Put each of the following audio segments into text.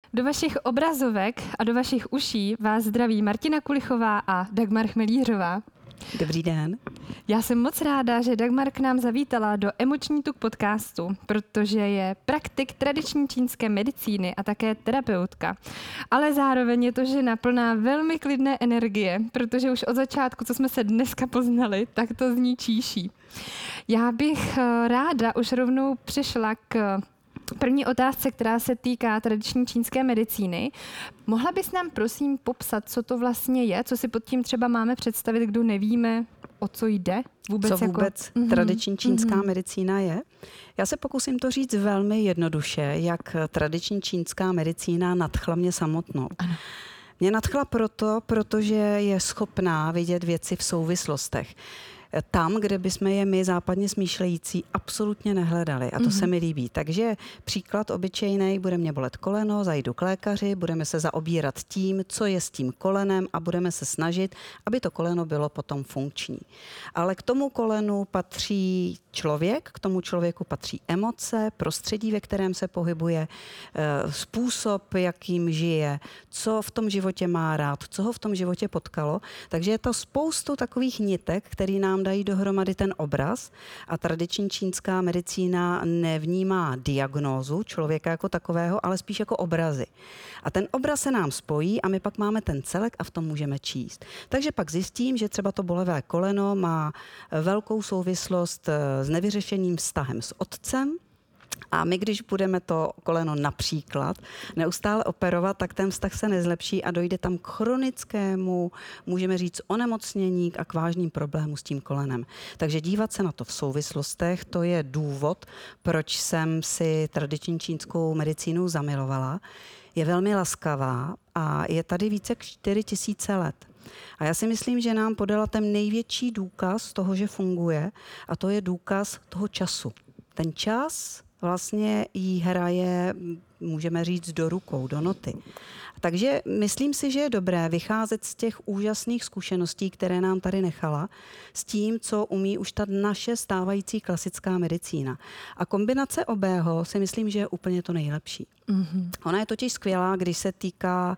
Do vašich obrazovek a do vašich uší vás zdraví Martina Kulichová a Dagmar Chmelířová. Dobrý den. Já jsem moc ráda, že Dagmar k nám zavítala do Emoční tuk podcastu, protože je praktik tradiční čínské medicíny a také terapeutka. Ale zároveň je to žena plná velmi klidné energie, protože už od začátku, co jsme se dneska poznali, tak to zní číší. Já bych ráda už rovnou přešla k první otázce, která se týká tradiční čínské medicíny. Mohla bys nám prosím popsat, co to vlastně je, co si pod tím třeba máme představit, kdo nevíme, o co jde? Co vůbec tradiční čínská medicína je? Já se pokusím to říct velmi jednoduše, jak tradiční čínská medicína nadchla mě samotnou. Ano. Mě nadchla protože je schopná vidět věci v souvislostech. Tam, kde bychom je my západně smýšlející absolutně nehledali. A to se mi líbí. Takže příklad obyčejný, bude mě bolet koleno, zajdu k lékaři, budeme se zaobírat tím, co je s tím kolenem a budeme se snažit, aby to koleno bylo potom funkční. Ale k tomu kolenu patří člověk, k tomu člověku patří emoce, prostředí, ve kterém se pohybuje, způsob, jakým žije, co v tom životě má rád, co ho v tom životě potkalo. Takže je to spoustu takových nitek, který nám dají dohromady ten obraz a tradiční čínská medicína nevnímá diagnózu člověka jako takového, ale spíš jako obrazy. A ten obraz se nám spojí a my pak máme ten celek a v tom můžeme číst. Takže pak zjistím, že třeba to bolavé koleno má velkou souvislost s nevyřešeným vztahem s otcem. A my, když budeme to koleno například neustále operovat, tak ten vztah se nezlepší a dojde tam k chronickému, můžeme říct, onemocnění a k vážným problémům s tím kolenem. Takže dívat se na to v souvislostech, to je důvod, proč jsem si tradiční čínskou medicínu zamilovala. Je velmi laskavá a je tady více jak 4000 let. A já si myslím, že nám podala ten největší důkaz toho, že funguje, a to je důkaz toho času. Ten čas vlastně jí hraje, můžeme říct, do rukou, do noty. Takže myslím si, že je dobré vycházet z těch úžasných zkušeností, které nám tady nechala, s tím, co umí už ta naše stávající klasická medicína. A kombinace obého si myslím, že je úplně to nejlepší. Ona je totiž skvělá, když se týká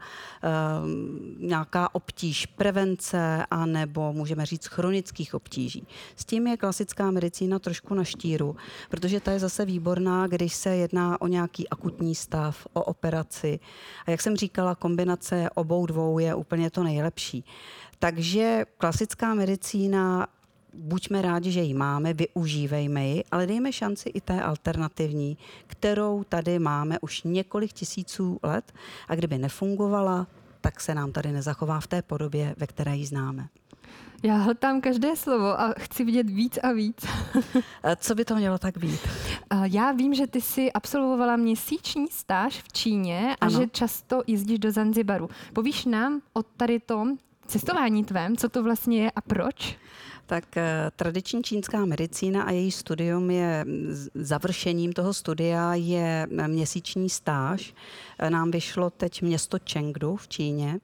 nějaká obtíž prevence a nebo můžeme říct chronických obtíží. S tím je klasická medicína trošku na štíru, protože ta je zase výborná, když se jedná o nějaký akutní stav, o operaci. A jak jsem říkala, kombinace obou dvou je úplně to nejlepší. Takže klasická medicína, buďme rádi, že ji máme, využívejme ji, ale dejme šanci i té alternativní, kterou tady máme už několik tisíců let a kdyby nefungovala, tak se nám tady nezachová v té podobě, ve které ji známe. Já hltám každé slovo a chci vidět víc a víc. Co by to mělo tak být? Já vím, že ty jsi absolvovala měsíční stáž v Číně a ano, že často jezdíš do Zanzibaru. Povíš nám o tady tom cestování tvém, co to vlastně je a proč? Tak tradiční čínská medicína a její studium je, završením toho studia je měsíční stáž. Nám vyšlo teď město Chengdu v Číně,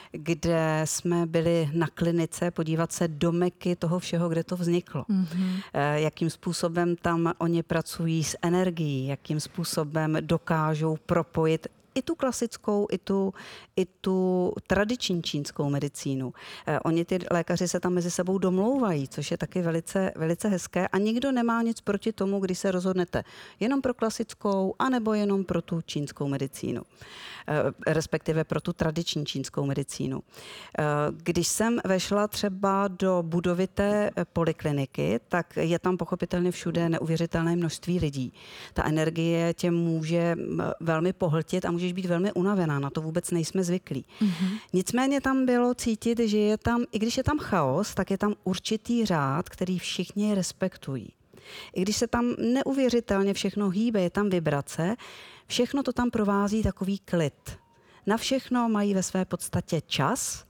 kde jsme byli na klinice podívat se do Meky toho všeho, kde to vzniklo. Jakým způsobem tam oni pracují s energií, jakým způsobem dokážou propojit i tu klasickou, i tu tradiční čínskou medicínu. Oni, ty lékaři, se tam mezi sebou domlouvají, což je taky velice, velice hezké a nikdo nemá nic proti tomu, když se rozhodnete jenom pro klasickou, anebo jenom pro tu čínskou medicínu. Respektive pro tu tradiční čínskou medicínu. Když jsem vešla třeba do budovy té polikliniky, tak je tam pochopitelně všude neuvěřitelné množství lidí. Ta energie tě může velmi pohltit a můžeš být velmi unavená, na to vůbec nejsme zvyklí. Nicméně tam bylo cítit, že je tam, i když je tam chaos, tak je tam určitý řád, který všichni respektují. I když se tam neuvěřitelně všechno hýbe, je tam vibrace, všechno to tam provází takový klid. Na všechno mají ve své podstatě čas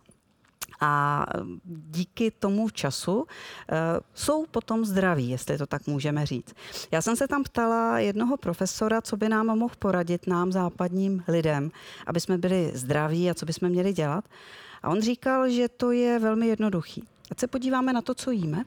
a díky tomu času jsou potom zdraví, jestli to tak můžeme říct. Já jsem se tam ptala jednoho profesora, co by nám mohl poradit, nám západním lidem, aby jsme byli zdraví a co bychom měli dělat. A on říkal, že to je velmi jednoduchý. Ať se podíváme na to, co jíme,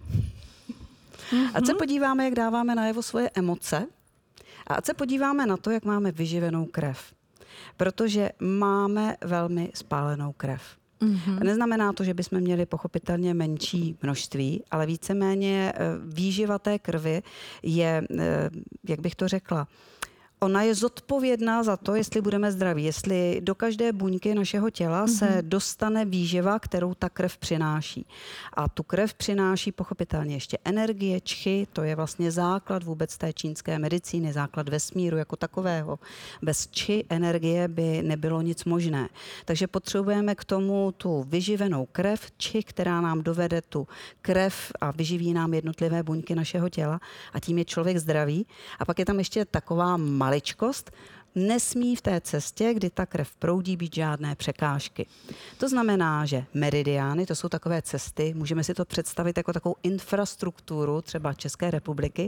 ať se podíváme, jak dáváme najevo svoje emoce a ať se podíváme na to, jak máme vyživenou krev. protože máme velmi spálenou krev. Neznamená to, že bychom měli pochopitelně menší množství, ale víceméně výživa té krvi je, jak bych to řekla, ona je zodpovědná za to, jestli budeme zdraví, jestli do každé buňky našeho těla se dostane výživa, kterou ta krev přináší. A tu krev přináší pochopitelně ještě energie, čchy, to je vlastně základ vůbec té čínské medicíny, základ vesmíru jako takového. Bez čchy energie by nebylo nic možné. Takže potřebujeme k tomu tu vyživenou krev, čchy, která nám dovede tu krev a vyživí nám jednotlivé buňky našeho těla a tím je člověk zdravý. A pak je tam ještě taková maličkost, nesmí v té cestě, kdy ta krev proudí, být žádné překážky. To znamená, že meridiány, to jsou takové cesty, můžeme si to představit jako takovou infrastrukturu třeba České republiky.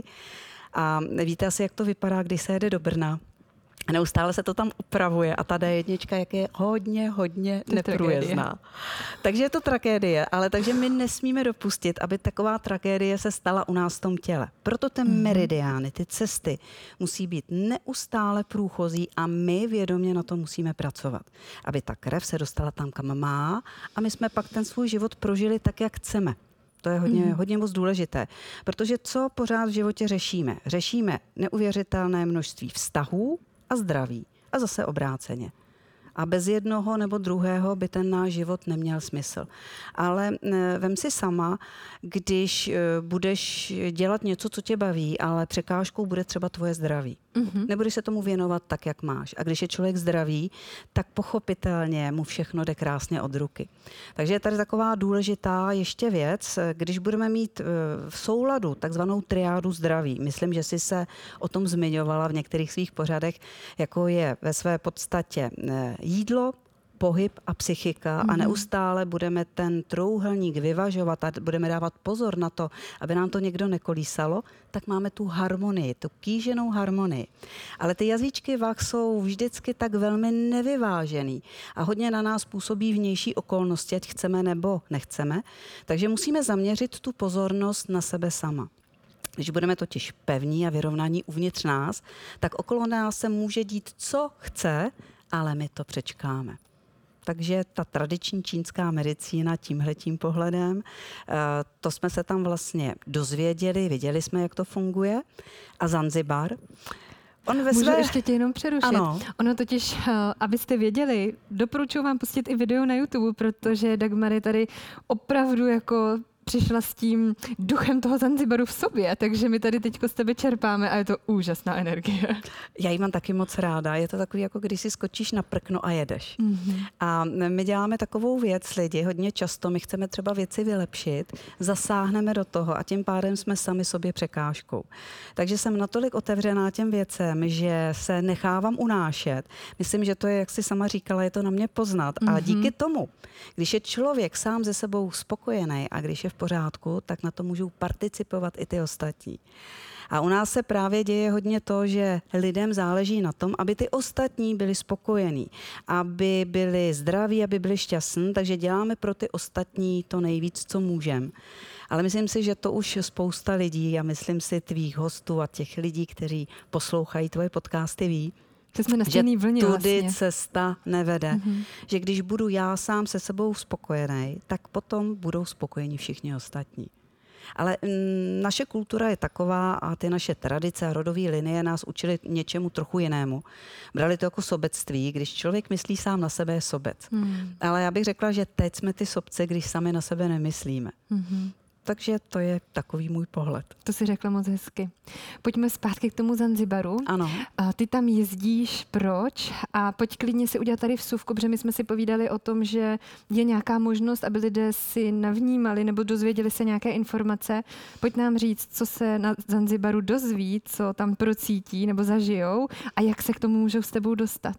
A víte asi, jak to vypadá, když se jede do Brna. Neustále se to tam upravuje a ta D1, jak je hodně neprůjezdná. Takže je to tragédie, ale takže my nesmíme dopustit, aby taková tragédie se stala u nás v tom těle. Proto ty meridiány, ty cesty musí být neustále průchozí a my vědomě na to musíme pracovat. Aby ta krev se dostala tam, kam má a my jsme pak ten svůj život prožili tak, jak chceme. To je hodně moc důležité, protože co pořád v životě řešíme? Řešíme neuvěřitelné množství vztahů a zdraví. A zase obráceně. A bez jednoho nebo druhého by ten náš život neměl smysl. Ale vem si sama, když budeš dělat něco, co tě baví, ale překážkou bude třeba tvoje zdraví. Nebudeš se tomu věnovat tak, jak máš. A když je člověk zdravý, tak pochopitelně mu všechno jde krásně od ruky. Takže je tady taková důležitá ještě věc, když budeme mít v souladu takzvanou triádu zdraví. Myslím, že jsi se o tom zmiňovala v některých svých pořadech, jako je ve své podstatě jídlo, pohyb a psychika a neustále budeme ten trouhelník vyvažovat a budeme dávat pozor na to, aby nám to někdo nekolísalo, tak máme tu harmonii, tu kýženou harmonii. Ale ty jazyčky vah jsou vždycky tak velmi nevyvážený a hodně na nás působí vnější okolnosti, ať chceme nebo nechceme, takže musíme zaměřit tu pozornost na sebe sama. Když budeme totiž pevní a vyrovnaní uvnitř nás, tak okolo nás se může dít, co chce, ale my to přečkáme. Takže ta tradiční čínská medicína tímhletím pohledem, to jsme se tam vlastně dozvěděli, viděli jsme, jak to funguje. A Zanzibar. Můžu ještě tě jenom přerušit. Ano. Ono totiž, abyste věděli, doporučuji vám pustit i video na YouTube, protože Dagmar je tady opravdu jako přišla s tím duchem toho Zanzibaru v sobě, takže my tady teďko z tebe čerpáme a je to úžasná energie. Já ji mám taky moc ráda. Je to takový, jako když si skočíš na prkno a jedeš. A my děláme takovou věc, lidi, hodně často, my chceme třeba věci vylepšit, zasáhneme do toho a tím pádem jsme sami sobě překážkou. Takže jsem natolik otevřená těm věcem, že se nechávám unášet. Myslím, že to je, jak jsi sama říkala, je to na mě poznat. A díky tomu, když je člověk sám ze sebou spokojený a když je v pořádku, tak na to můžou participovat i ty ostatní. A u nás se právě děje hodně to, že lidem záleží na tom, aby ty ostatní byli spokojení, aby byli zdraví, aby byli šťastní, takže děláme pro ty ostatní to nejvíc, co můžeme. Ale myslím si, že to už spousta lidí a myslím si tvých hostů a těch lidí, kteří poslouchají tvoje podcasty, ví, jsme na že vlně tudy vlastně cesta nevede. Že když budu já sám se sebou spokojený, tak potom budou spokojeni všichni ostatní. Ale naše kultura je taková a ty naše tradice a rodové linie nás učily něčemu trochu jinému. Brali to jako sobectví, když člověk myslí sám na sebe, je sobec. Ale já bych řekla, že teď jsme ty sobce, když sami na sebe nemyslíme. Takže to je takový můj pohled. To si řekla moc hezky. Pojďme zpátky k tomu Zanzibaru. Ano. Ty tam jezdíš, proč? A pojď klidně si udělat tady vsuvku, protože my jsme si povídali o tom, že je nějaká možnost, aby lidé si navnímali nebo dozvěděli se nějaké informace. Pojď nám říct, co se na Zanzibaru dozví, co tam procítí nebo zažijou a jak se k tomu můžou s tebou dostat.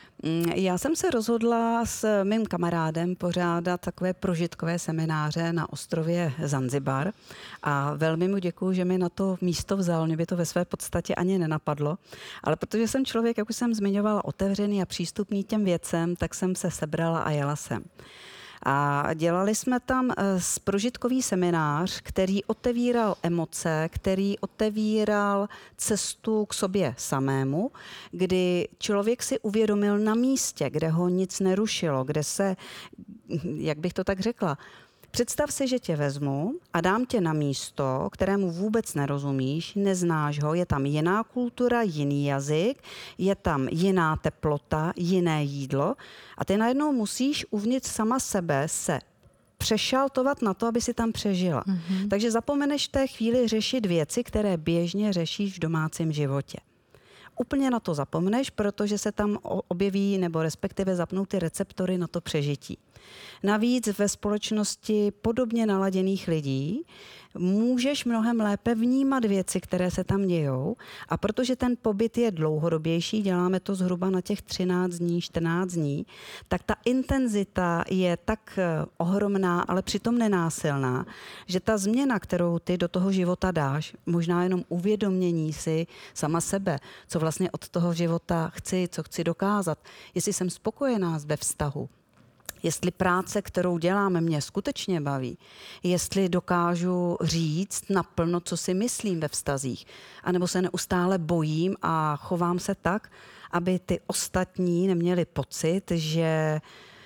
Já jsem se rozhodla s mým kamarádem pořádat takové prožitkové semináře na ostrově Zanzibar a velmi mu děkuju, že mi na to místo vzal. Mě by to ve své podstatě ani nenapadlo, ale protože jsem člověk, jak už jsem zmiňovala, otevřený a přístupný těm věcem, tak jsem se sebrala a jela jsem. A dělali jsme tam prožitkový seminář, který otevíral emoce, který otevíral cestu k sobě samému, kdy člověk si uvědomil na místě, kde ho nic nerušilo, kde se, jak bych to tak řekla, představ si, že tě vezmu a dám tě na místo, kterému vůbec nerozumíš, neznáš ho, je tam jiná kultura, jiný jazyk, je tam jiná teplota, jiné jídlo a ty najednou musíš uvnitř sama sebe se přešaltovat na to, aby si tam přežila. Takže zapomeneš v té chvíli řešit věci, které běžně řešíš v domácím životě. Úplně na to zapomeneš, protože se tam objeví nebo respektive zapnou ty receptory na to přežití. Navíc ve společnosti podobně naladěných lidí můžeš mnohem lépe vnímat věci, které se tam dějou a protože ten pobyt je dlouhodobější, děláme to zhruba na těch 13 dní, 14 dní, tak ta intenzita je tak ohromná, ale přitom nenásilná, že ta změna, kterou ty do toho života dáš, možná jenom uvědomění si sama sebe, co vlastně od toho života chci, co chci dokázat, jestli jsem spokojená ve vztahu, jestli práce, kterou děláme, mě skutečně baví, jestli dokážu říct naplno, co si myslím ve vztazích, anebo se neustále bojím a chovám se tak, aby ty ostatní neměli pocit, že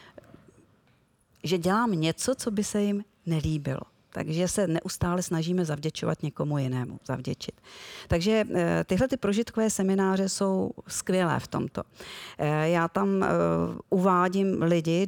dělám něco, co by se jim nelíbilo. Takže se neustále snažíme zavděčovat někomu jinému, zavděčit. Takže tyhle ty prožitkové semináře jsou skvělé v tomto. Já tam uvádím lidi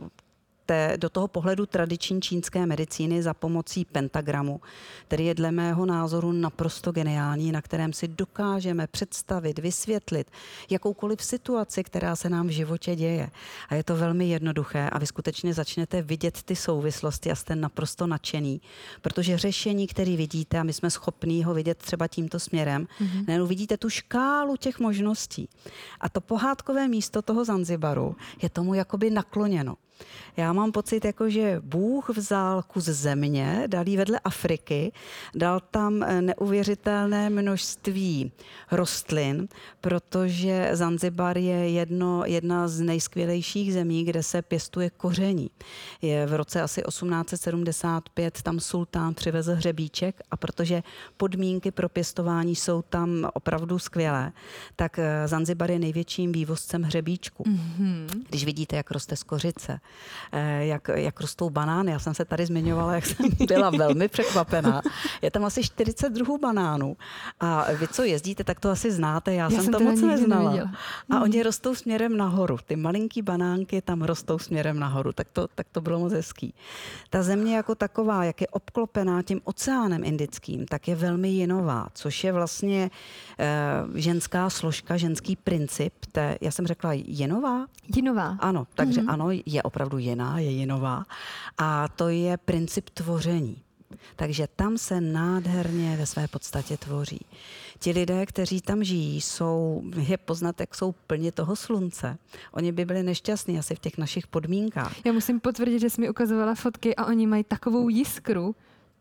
do toho pohledu tradiční čínské medicíny za pomocí pentagramu, který je dle mého názoru naprosto geniální, na kterém si dokážeme představit, vysvětlit jakoukoliv situaci, která se nám v životě děje. A je to velmi jednoduché a vy skutečně začnete vidět ty souvislosti a jste naprosto nadšený, protože řešení, které vidíte, a my jsme schopní ho vidět třeba tímto směrem, najednou vidíte tu škálu těch možností. A to pohádkové místo toho Zanzibaru je tomu jakoby nakloněno. Já mám pocit, jako že Bůh vzal kus země, dal jí vedle Afriky, dal tam neuvěřitelné množství rostlin, protože Zanzibar je jedna z nejskvělejších zemí, kde se pěstuje koření. Je v roce asi 1875 tam sultán přivezl hřebíček a protože podmínky pro pěstování jsou tam opravdu skvělé, tak Zanzibar je největším vývozcem hřebíčku. Když vidíte, jak roste skořice, jak rostou banány. Já jsem se tady zmiňovala, jak jsem byla velmi překvapená. Je tam asi 40 druhů banánů. A vy, co jezdíte, tak to asi znáte. Já jsem to moc neznala. A oni rostou směrem nahoru. Ty malinký banánky tam rostou směrem nahoru. Tak to bylo moc hezký. Ta země jako taková, jak je obklopená tím oceánem Indickým, tak je velmi jinová, což je vlastně ženská složka, ženský princip. Já jsem řekla jinová? Jinová. Ano, takže ano, je opravdu jiná, je jinová. A to je princip tvoření. Takže tam se nádherně ve své podstatě tvoří. Ti lidé, kteří tam žijí, je poznat, jak jsou plni toho slunce. Oni by byli nešťastní asi v těch našich podmínkách. Já musím potvrdit, že jsi mi ukazovala fotky a oni mají takovou jiskru.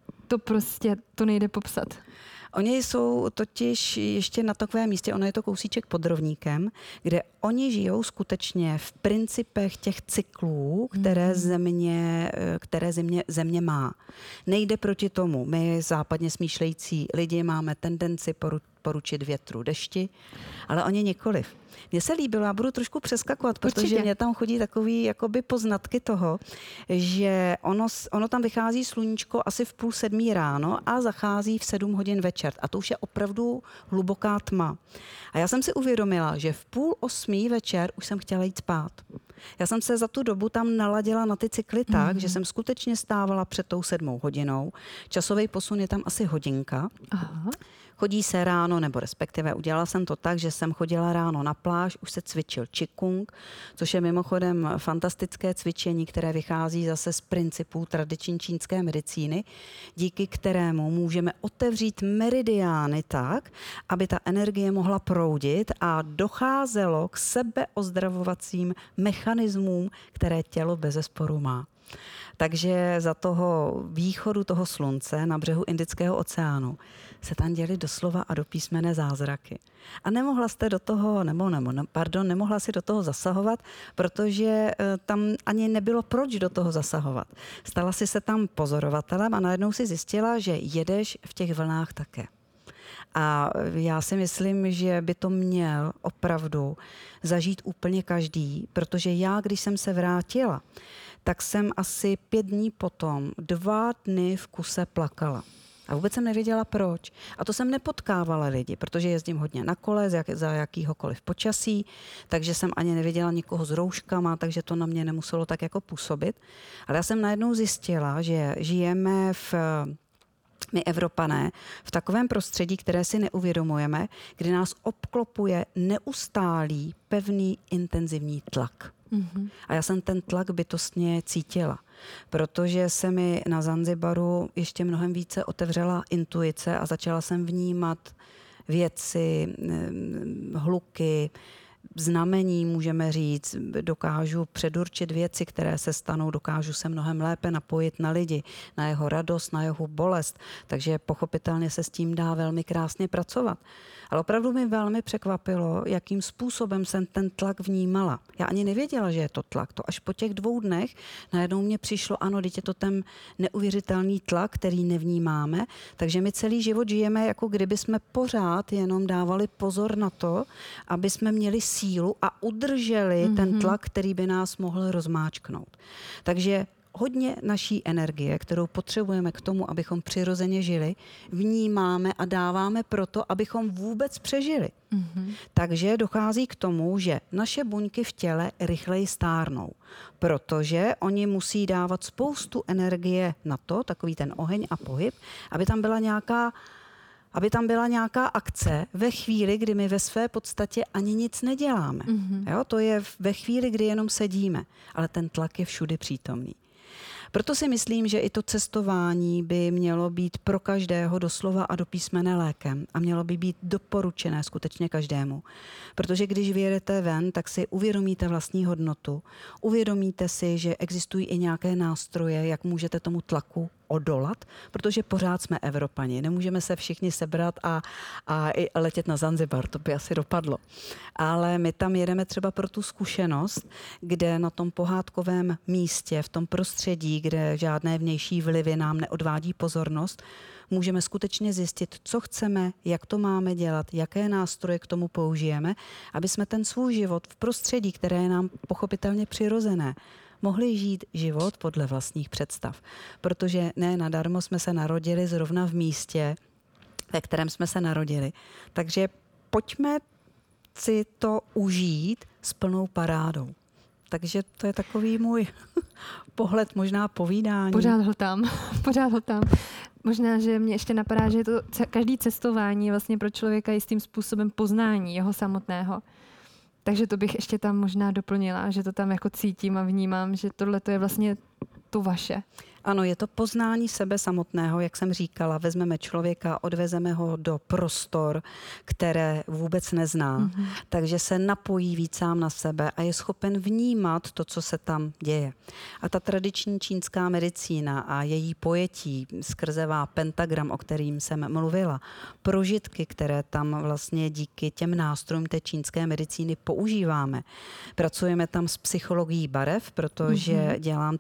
To nejde popsat. Oni jsou totiž ještě na takovém místě, ono je to kousíček pod rovníkem, kde oni žijou skutečně v principech těch cyklů, které země má. Nejde proti tomu. My západně smýšlející lidi máme tendenci poručit větru, dešti, ale oni nikoliv. Mně se líbilo, já budu trošku přeskakovat, protože mě tam chodí takový jakoby poznatky toho, že ono tam vychází sluníčko asi v 6:30 ráno a zachází v 7 hodin večer. A to už je opravdu hluboká tma. A já jsem si uvědomila, že v 7:30 večer už jsem chtěla jít spát. Já jsem se za tu dobu tam naladila na ty cykly tak, že jsem skutečně stávala před tou 7 hodinou. Časový posun je tam asi hodinka. Aha. Chodí se ráno, nebo respektive udělala jsem to tak, že jsem chodila ráno na pláž, už se cvičil Qigong, což je mimochodem fantastické cvičení, které vychází zase z principů tradiční čínské medicíny, díky kterému můžeme otevřít meridiány tak, aby ta energie mohla proudit a docházelo k sebeozdravovacím mechanismům, které tělo bezesporu má. Takže za toho východu toho slunce na břehu Indického oceánu se tam děly doslova a do písmene zázraky. A nemohla si do toho zasahovat, protože tam ani nebylo proč do toho zasahovat. Stala si se tam pozorovatelem a najednou si zjistila, že jedeš v těch vlnách také. A já si myslím, že by to měl opravdu zažít úplně každý, protože já, když jsem se vrátila, tak jsem asi 5 dní potom 2 dny v kuse plakala. A vůbec jsem nevěděla proč. A to jsem nepotkávala lidi, protože jezdím hodně na kole za jakýhokoliv počasí, takže jsem ani neviděla nikoho s rouškama, takže to na mě nemuselo tak jako působit. Ale já jsem najednou zjistila, že žijeme my Evropané v takovém prostředí, které si neuvědomujeme, kdy nás obklopuje neustálý, pevný, intenzivní tlak. Mm-hmm. A já jsem ten tlak bytostně cítila, protože se mi na Zanzibaru ještě mnohem více otevřela intuice a začala jsem vnímat věci, hluky, znamení, můžeme říct, dokážu předurčit věci, které se stanou, dokážu se mnohem lépe napojit na lidi, na jeho radost, na jeho bolest, takže pochopitelně se s tím dá velmi krásně pracovat. Ale opravdu mi velmi překvapilo, jakým způsobem jsem ten tlak vnímala. Já ani nevěděla, že je to tlak. To až po těch 2 dnech najednou mně přišlo, ano, teď je to ten neuvěřitelný tlak, který nevnímáme, takže my celý život žijeme, jako kdyby jsme pořád jenom dávali pozor na to, aby jsme měli sílu a udrželi ten tlak, který by nás mohl rozmáčknout. Takže hodně naší energie, kterou potřebujeme k tomu, abychom přirozeně žili, vnímáme a dáváme proto, abychom vůbec přežili. Mm-hmm. Takže dochází k tomu, že naše buňky v těle rychleji stárnou, protože oni musí dávat spoustu energie na to, takový ten oheň a pohyb, aby tam byla nějaká akce ve chvíli, kdy my ve své podstatě ani nic neděláme. Mm-hmm. Jo, to je ve chvíli, kdy jenom sedíme, ale ten tlak je všudy přítomný. Proto si myslím, že i to cestování by mělo být pro každého doslova a do písmene lékem a mělo by být doporučené skutečně každému. Protože když vyjedete ven, tak si uvědomíte vlastní hodnotu, uvědomíte si, že existují i nějaké nástroje, jak můžete tomu tlaku odolat, protože pořád jsme Evropani. Nemůžeme se všichni sebrat a i letět na Zanzibar, to by asi dopadlo. Ale my tam jedeme třeba pro tu zkušenost, kde na tom pohádkovém místě, v tom prostředí, kde žádné vnější vlivy nám neodvádí pozornost, můžeme skutečně zjistit, co chceme, jak to máme dělat, jaké nástroje k tomu použijeme, aby jsme ten svůj život v prostředí, které je nám pochopitelně přirozené, mohli žít život podle vlastních představ. Protože ne nadarmo jsme se narodili zrovna v místě, ve kterém jsme se narodili. Takže pojďme si to užít s plnou parádou. Takže to je takový můj pohled, možná povídání. Pořád ho tam. Možná, že mě ještě napadá, že to každý cestování je vlastně pro člověka jistým způsobem poznání jeho samotného. Takže to bych ještě tam možná doplnila, že to tam jako cítím a vnímám, že tohle to je vlastně to vaše. Ano, je to poznání sebe samotného, jak jsem říkala, vezmeme člověka, odvezeme ho do prostor, které vůbec nezná, takže se napojí víc sám na sebe a je schopen vnímat to, co se tam děje. A ta tradiční čínská medicína a její pojetí, skrzevá pentagram, o kterým jsem mluvila, prožitky, které tam vlastně díky těm nástrojům té čínské medicíny používáme. Pracujeme tam s psychologií barev, protože dělám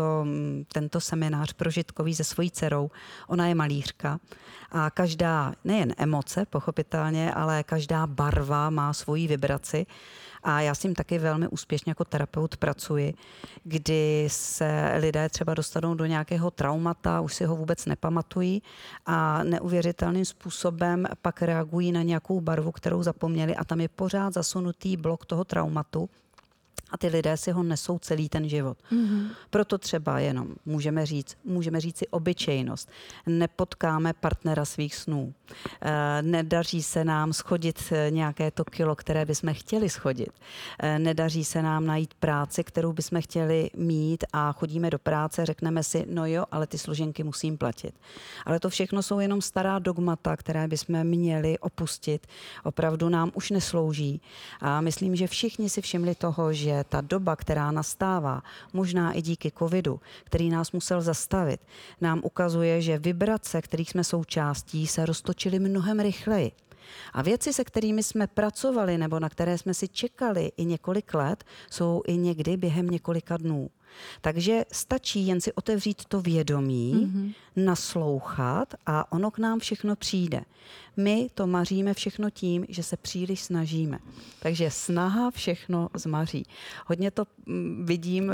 tento seminář prožitkový se svojí dcerou. Ona je malířka a každá, nejen emoce, pochopitelně, ale každá barva má svoji vibraci. A já s tím taky velmi úspěšně jako terapeut pracuji, kdy se lidé třeba dostanou do nějakého traumata, už si ho vůbec nepamatují a neuvěřitelným způsobem pak reagují na nějakou barvu, kterou zapomněli a tam je pořád zasunutý blok toho traumatu. A ty lidé si ho nesou celý ten život. Mm-hmm. Proto třeba jenom můžeme říct si obyčejnost. Nepotkáme partnera svých snů. Nedaří se nám schodit nějaké to kilo, které bychom chtěli schodit. Nedaří se nám najít práci, kterou bychom chtěli mít a chodíme do práce, řekneme si, no jo, ale ty složenky musím platit. Ale to všechno jsou jenom stará dogmata, které bychom měli opustit. Opravdu nám už neslouží. A myslím, že všichni si všimli toho, že že ta doba, která nastává, možná i díky covidu, který nás musel zastavit, nám ukazuje, že vibrace, kterých jsme součástí, se roztočily mnohem rychleji. A věci, se kterými jsme pracovali nebo na které jsme si čekali i několik let, jsou i někdy během několika dnů. Takže stačí jen si otevřít to vědomí, naslouchat a ono k nám všechno přijde. My to maříme všechno tím, že se příliš snažíme. Takže snaha všechno zmaří. Hodně to vidím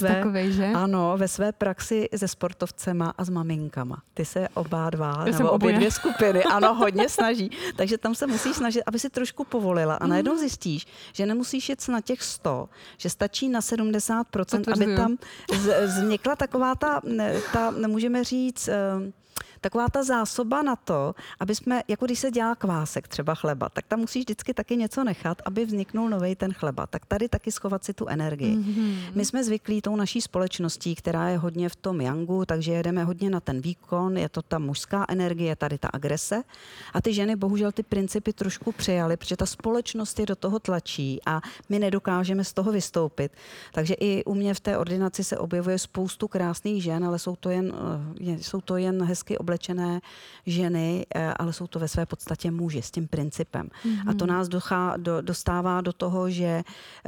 ve své praxi se sportovcema a s maminkama. Ty se oba dva, nebo obě dvě skupiny, ano, hodně snaží. Takže tam se musíš snažit, aby si trošku povolila. A najednou zjistíš, že nemusíš jít na těch 100, že stačí na 70%, aby tam vznikla taková ta nemůžeme říct, taková ta zásoba na to, aby jsme, jako když se dělá kvásek třeba chleba, tak tam musíš vždycky taky něco nechat, aby vzniknul novej ten chleba. Tak tady taky schovat si tu energii. My jsme zvyklí tou naší společností, která je hodně v tom yangu, takže jedeme hodně na ten výkon, je to ta mužská energie, tady ta agrese. A ty ženy bohužel ty principy trošku přejaly, protože ta společnost je do toho tlačí a my nedokážeme z toho vystoupit. Takže i u mě v té ordinaci se objevuje spoustu krásných žen, ale jsou to jen hezky oblečené ženy, ale jsou to ve své podstatě muži s tím principem. A to nás dostává do toho, že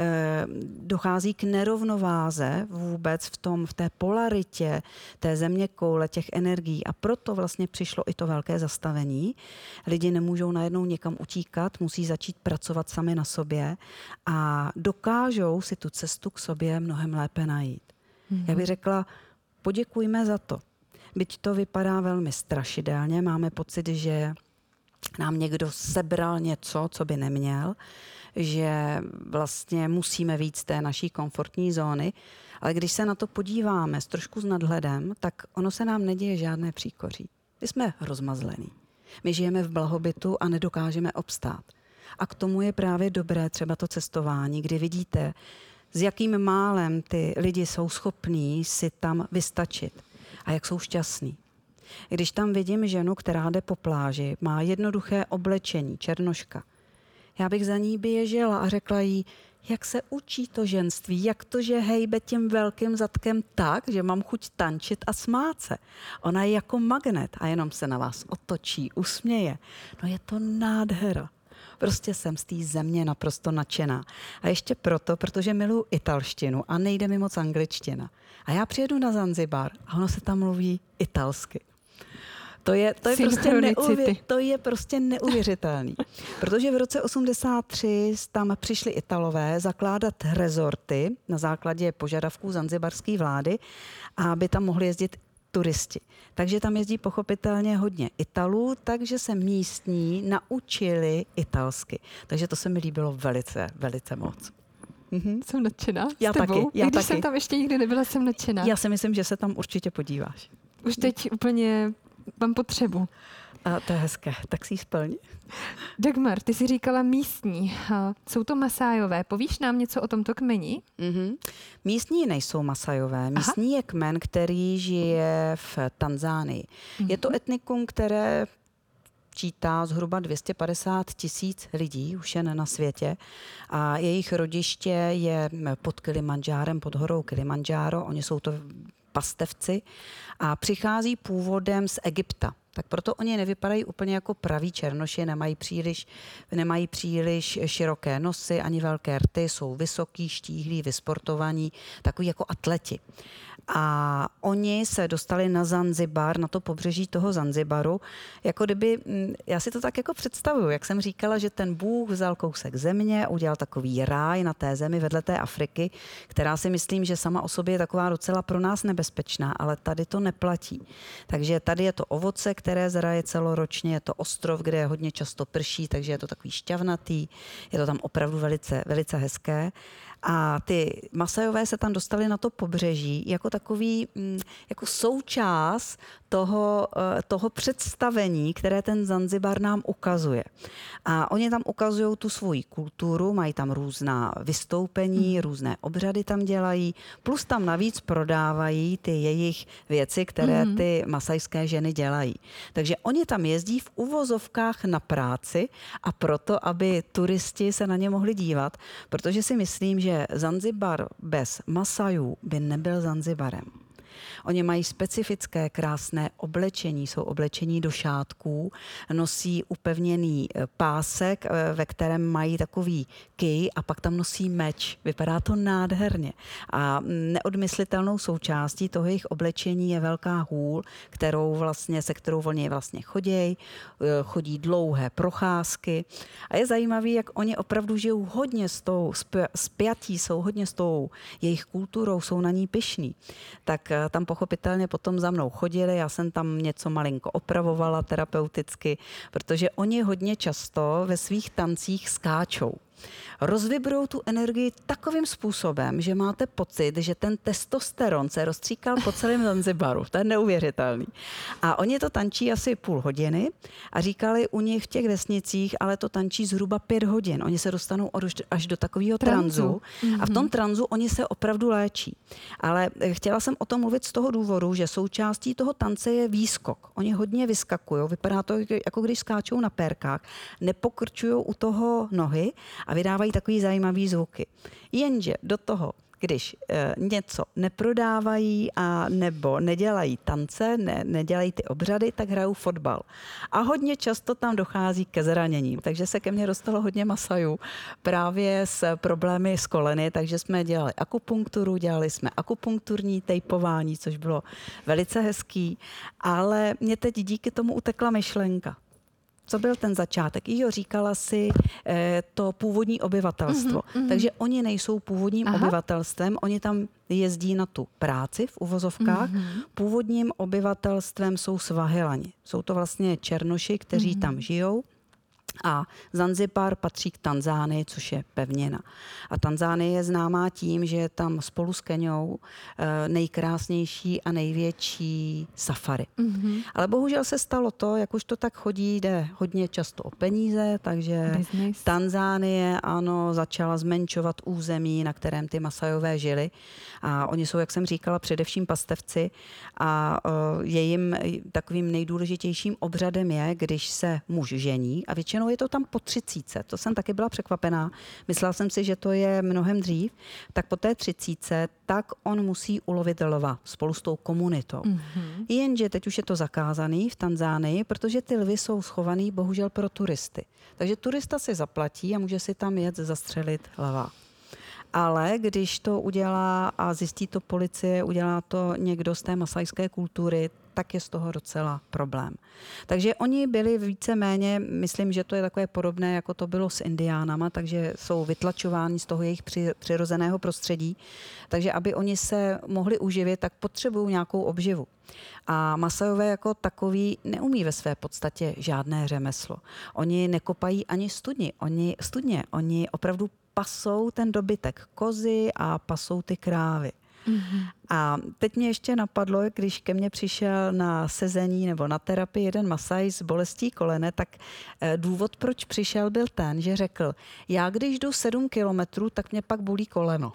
dochází k nerovnováze vůbec v té polaritě té zeměkoule, těch energií. A proto vlastně přišlo i to velké zastavení. Lidi nemůžou najednou někam utíkat, musí začít pracovat sami na sobě a dokážou si tu cestu k sobě mnohem lépe najít. Já bych řekla, poděkujme za to. Byť to vypadá velmi strašidelně, máme pocit, že nám někdo sebral něco, co by neměl, že vlastně musíme vyjít z té naší komfortní zóny, ale když se na to podíváme s trošku s nadhledem, tak ono se nám neděje žádné příkoří. My jsme rozmazlení. My žijeme v blahobytu a nedokážeme obstát. A k tomu je právě dobré třeba to cestování, kdy vidíte, s jakým málem ty lidi jsou schopní si tam vystačit. A jak jsou šťastní. Když tam vidím ženu, která jde po pláži, má jednoduché oblečení, černoška. Já bych za ní běžela a řekla jí, jak se učí to ženství, jak to, že hejbe tím velkým zadkem tak, že mám chuť tančit a smát se. Ona je jako magnet a jenom se na vás otočí, usměje. No je to nádhera. Prostě jsem z té země naprosto nadšená. A ještě proto, protože miluji italštinu a nejde mi moc angličtina. A já přijedu na Zanzibar a ono se tam mluví italsky. To je prostě neuvěřitelný. Protože v roce 1983 tam přišli Italové zakládat rezorty na základě požadavků zanzibarské vlády, aby tam mohli jezdit turisti. Takže tam jezdí pochopitelně hodně Italů, takže se místní naučili italsky. Takže to se mi líbilo velice, velice moc. Jsem nadšená já s tebou. Taky, Když jsem tam ještě nikdy nebyla, jsem nadšená. Já si myslím, že se tam určitě podíváš. Už teď úplně mám potřebu. A to je hezké, tak si ji splň. Dagmar, ty jsi říkala místní. Jsou to Masájové. Povíš nám něco o tomto kmeni? Místní nejsou Masajové. Místní je kmen, který žije v Tanzánii. Je to etnikum, které čítá zhruba 250 000 lidí už jen na světě a jejich rodiště je pod Kilimandžárem, pod horou Kilimandžáro. Oni jsou to pastevci a přichází původem z Egypta. Tak proto oni nevypadají úplně jako praví černoši, nemají příliš široké nosy ani velké rty, jsou vysoký, štíhlí, vysportovaní, takový jako atleti. A oni se dostali na Zanzibar, na to pobřeží toho Zanzibaru, jako kdyby, já si to tak jako představuju, jak jsem říkala, že ten Bůh vzal kousek země, udělal takový ráj na té zemi vedle té Afriky, která si myslím, že sama o sobě je taková docela pro nás nebezpečná, ale tady to neplatí. Takže tady je to ovoce, které zraje celoročně, je to ostrov, kde hodně často prší, takže je to takový šťavnatý, je to tam opravdu velice, velice hezké. A ty Masajové se tam dostali na to pobřeží jako takový, jako součást toho představení, které ten Zanzibar nám ukazuje. A oni tam ukazují tu svoji kulturu, mají tam různá vystoupení, různé obřady tam dělají, plus tam navíc prodávají ty jejich věci, které ty masajské ženy dělají. Takže oni tam jezdí v uvozovkách na práci a proto, aby turisti se na ně mohli dívat, protože si myslím, že že Zanzibar bez Masajů by nebyl Zanzibarem. Oni mají specifické krásné oblečení, jsou oblečení do šátků, nosí upevněný pásek, ve kterém mají takový kij a pak tam nosí meč. Vypadá to nádherně. A neodmyslitelnou součástí toho jejich oblečení je velká hůl, se kterou oni vlastně chodí dlouhé procházky. A je zajímavý, jak oni opravdu žijou hodně spjatí, jsou hodně s tou jejich kulturou, jsou na ní pyšní. Tak tam pochopitelně potom za mnou chodili, já jsem tam něco malinko opravovala terapeuticky, protože oni hodně často ve svých tancích skáčou. Rozvibrujou tu energii takovým způsobem, že máte pocit, že ten testosteron se rozstříkal po celém Zanzibaru. To je neuvěřitelný. A oni to tančí asi půl hodiny a říkali u nich v těch vesnicích, ale to tančí zhruba 5 hodin. Oni se dostanou až do takového tranzu. A v tom tranzu oni se opravdu léčí. Ale chtěla jsem o tom mluvit z toho důvodu, že součástí toho tance je výskok. Oni hodně vyskakují, vypadá to, jako když skáčou na pérkách, nepokrčují u toho nohy a vydávají takový zajímavý zvuky. Jenže do toho, když něco neprodávají a nebo nedělají tance, nedělají ty obřady, tak hrajou fotbal. A hodně často tam dochází ke zraněním. Takže se ke mně dostalo hodně Masajů právě s problémy s koleny, takže jsme dělali akupunkturu, dělali jsme akupunkturní tejpování, což bylo velice hezký, ale mě teď díky tomu utekla myšlenka. Co byl ten začátek? Říkala si to původní obyvatelstvo. Takže oni nejsou původním obyvatelstvem, oni tam jezdí na tu práci v uvozovkách. Původním obyvatelstvem jsou Svahilani. Jsou to vlastně černoši, kteří tam žijou. A Zanzibar patří k Tanzánii, což je pevnina. A Tanzánie je známá tím, že je tam spolu s Keňou nejkrásnější a největší safari. Ale bohužel se stalo to, jak už to tak chodí, jde hodně často o peníze, takže Tanzánie začala zmenšovat území, na kterém ty Masajové žili. A oni jsou, jak jsem říkala, především pastevci a jejím takovým nejdůležitějším obřadem je, když se muž žení a většinou je to tam po 30. To jsem taky byla překvapená. Myslela jsem si, že to je mnohem dřív. Tak po té 30, tak on musí ulovit lva spolu s tou komunitou. Jenže teď už je to zakázaný v Tanzánii, protože ty lvy jsou schovaný bohužel pro turisty. Takže turista si zaplatí a může si tam jet zastřelit lva. Ale když to udělá a zjistí to policie, udělá to někdo z té masajské kultury, tak je z toho docela problém. Takže oni byli víceméně, myslím, že to je takové podobné, jako to bylo s indiánama, takže jsou vytlačováni z toho jejich přirozeného prostředí. Takže aby oni se mohli uživit, tak potřebují nějakou obživu. A Masajové jako takový neumí ve své podstatě žádné řemeslo. Oni nekopají ani studně. Oni opravdu pasou ten dobytek, kozy a pasou ty krávy. A teď mě ještě napadlo, když ke mně přišel na sezení nebo na terapii jeden Masaj s bolestí kolene, tak důvod, proč přišel, byl ten, že řekl, já když jdu 7 kilometrů, tak mě pak bolí koleno.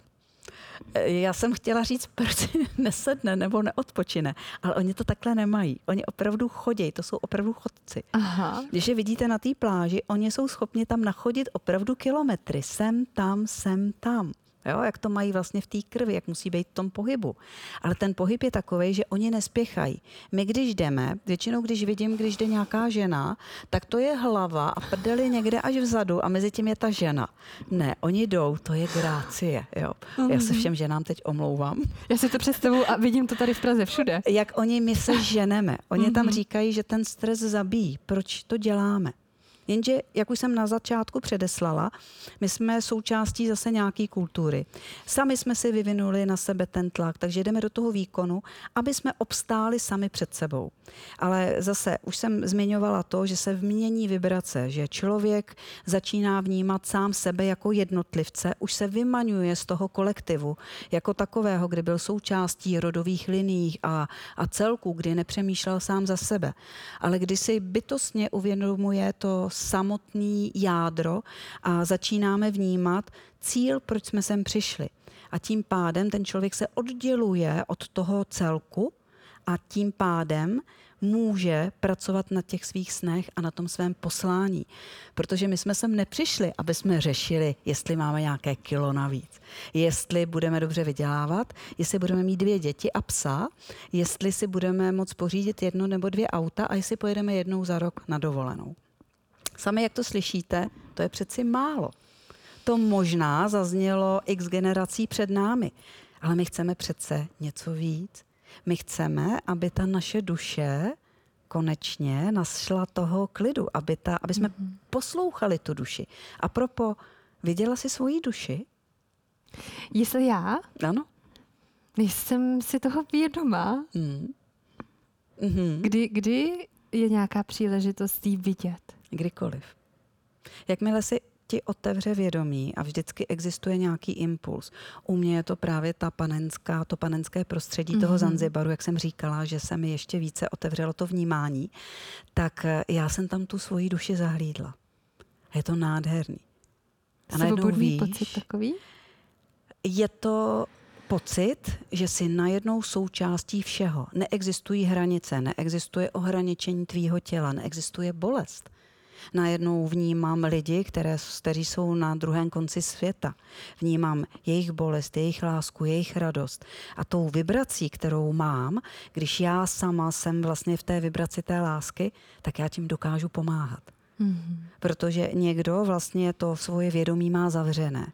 Já jsem chtěla říct, proč nesedne nebo neodpočine, ale oni to takhle nemají. Oni opravdu chodí, to jsou opravdu chodci. Když je vidíte na té pláži, oni jsou schopni tam nachodit opravdu kilometry. Sem tam. Jo, jak to mají vlastně v té krvi, jak musí být v tom pohybu. Ale ten pohyb je takovej, že oni nespěchají. My když jdeme, většinou když vidím, když jde nějaká žena, tak to je hlava a prdeli někde až vzadu a mezi tím je ta žena. Ne, oni jdou, to je grácie. Jo. Já se všem ženám teď omlouvám. Já si to představuji a vidím to tady v Praze všude. Jak my se ženeme. Oni tam říkají, že ten stres zabíjí. Proč to děláme? Jenže, jak už jsem na začátku předeslala, my jsme součástí zase nějaké kultury. Sami jsme si vyvinuli na sebe ten tlak, takže jdeme do toho výkonu, aby jsme obstáli sami před sebou. Ale zase už jsem zmiňovala to, že se vmění vibrace, že člověk začíná vnímat sám sebe jako jednotlivce, už se vymaňuje z toho kolektivu jako takového, kdy byl součástí rodových linií a celků, kdy nepřemýšlel sám za sebe. Ale kdy si bytostně uvědomuje to samotný jádro a začínáme vnímat cíl, proč jsme sem přišli. A tím pádem ten člověk se odděluje od toho celku a tím pádem může pracovat na těch svých snech a na tom svém poslání. Protože my jsme sem nepřišli, aby jsme řešili, jestli máme nějaké kilo navíc, jestli budeme dobře vydělávat, jestli budeme mít 2 děti a psa, jestli si budeme moct pořídit 1 nebo 2 auta a jestli pojedeme jednou za rok na dovolenou. Sami, jak to slyšíte, to je přeci málo. To možná zaznělo x generací před námi, ale my chceme přece něco víc. My chceme, aby ta naše duše konečně našla toho klidu, aby jsme poslouchali tu duši. A propo, viděla jsi svoji duši? Jestli já? Ano. Nejsem si toho vědomá. Kdy je nějaká příležitost jí vidět? Kdykoliv. Jakmile si ti otevře vědomí a vždycky existuje nějaký impuls. U mě je to právě to panenské prostředí toho Zanzibaru, jak jsem říkala, že se mi ještě více otevřelo to vnímání, tak já jsem tam tu svoji duši zahlídla. A je to nádherný. A svobodný pocit takový? Je to pocit, že jsi najednou součástí všeho. Neexistují hranice, neexistuje ohraničení tvýho těla, neexistuje bolest. Najednou vnímám lidi, kteří jsou na druhém konci světa. Vnímám jejich bolest, jejich lásku, jejich radost. A tou vibrací, kterou mám, když já sama jsem vlastně v té vibraci té lásky, tak já tím dokážu pomáhat. Protože někdo vlastně to svoje vědomí má zavřené.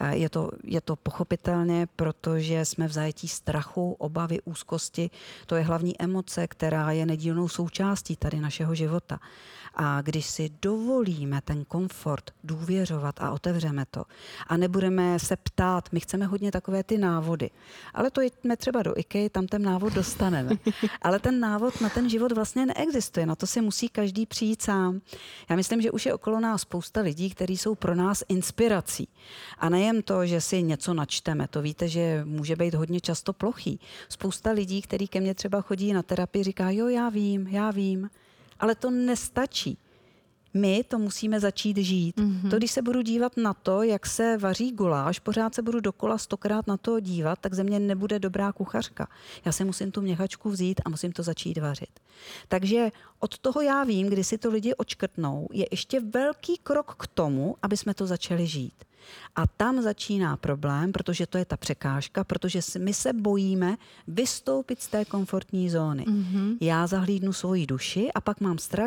Je to pochopitelně, protože jsme v zajetí strachu, obavy, úzkosti. To je hlavní emoce, která je nedílnou součástí tady našeho života. A když si dovolíme ten komfort důvěřovat a otevřeme to a nebudeme se ptát, my chceme hodně takové ty návody, ale to jdeme třeba do IKEA, tam ten návod dostaneme. Ale ten návod na ten život vlastně neexistuje, na to si musí každý přijít sám. Já myslím, že už je okolo nás spousta lidí, kteří jsou pro nás inspirací. A nejen to, že si něco načteme, to víte, že může být hodně často plochý. Spousta lidí, kteří ke mně třeba chodí na terapii, říká, jo, já vím. Ale to nestačí. My to musíme začít žít. To, když se budu dívat na to, jak se vaří guláš, pořád se budu dokola 100krát na to dívat, tak ze mě nebude dobrá kuchařka. Já si musím tu měchačku vzít a musím to začít vařit. Takže od toho já vím, kdy si to lidi odškrtnou, je ještě velký krok k tomu, aby jsme to začali žít. A tam začíná problém, protože to je ta překážka, protože my se bojíme vystoupit z té komfortní zóny. Já zahlídnu svoji duši a pak mám strach,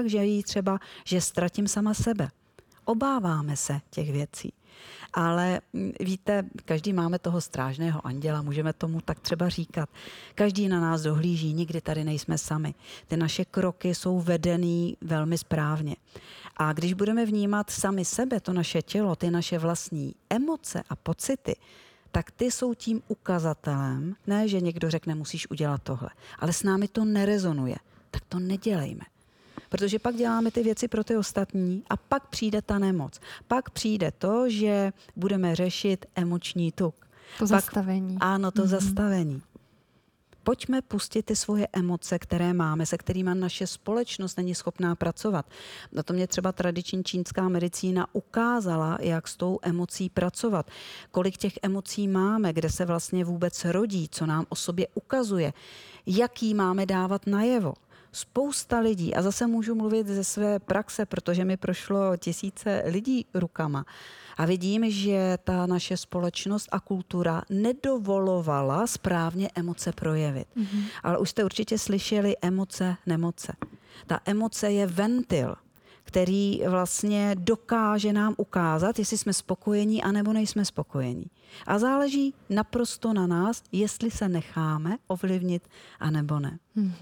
že ztratím sama sebe. Obáváme se těch věcí. Ale víte, každý máme toho strážného anděla, můžeme tomu tak třeba říkat. Každý na nás dohlíží, nikdy tady nejsme sami. Ty naše kroky jsou vedený velmi správně. A když budeme vnímat sami sebe, to naše tělo, ty naše vlastní emoce a pocity, tak ty jsou tím ukazatelem, ne, že někdo řekne, musíš udělat tohle, ale s námi to nerezonuje, tak to nedělejme. Protože pak děláme ty věci pro ty ostatní a pak přijde ta nemoc. Pak přijde to, že budeme řešit emoční tuk. Zastavení. Ano, to zastavení. Pojďme pustit ty svoje emoce, které máme, se kterými naše společnost není schopná pracovat. Na to mě třeba tradiční čínská medicína ukázala, jak s tou emocí pracovat. Kolik těch emocí máme, kde se vlastně vůbec rodí, co nám o sobě ukazuje, jaký máme dávat najevo. Spousta lidí, a zase můžu mluvit ze své praxe, protože mi prošlo tisíce lidí rukama. A vidím, že ta naše společnost a kultura nedovolovala správně emoce projevit. Ale už jste určitě slyšeli emoce, nemoce. Ta emoce je ventil, který vlastně dokáže nám ukázat, jestli jsme spokojení anebo nejsme spokojení. A záleží naprosto na nás, jestli se necháme ovlivnit anebo ne.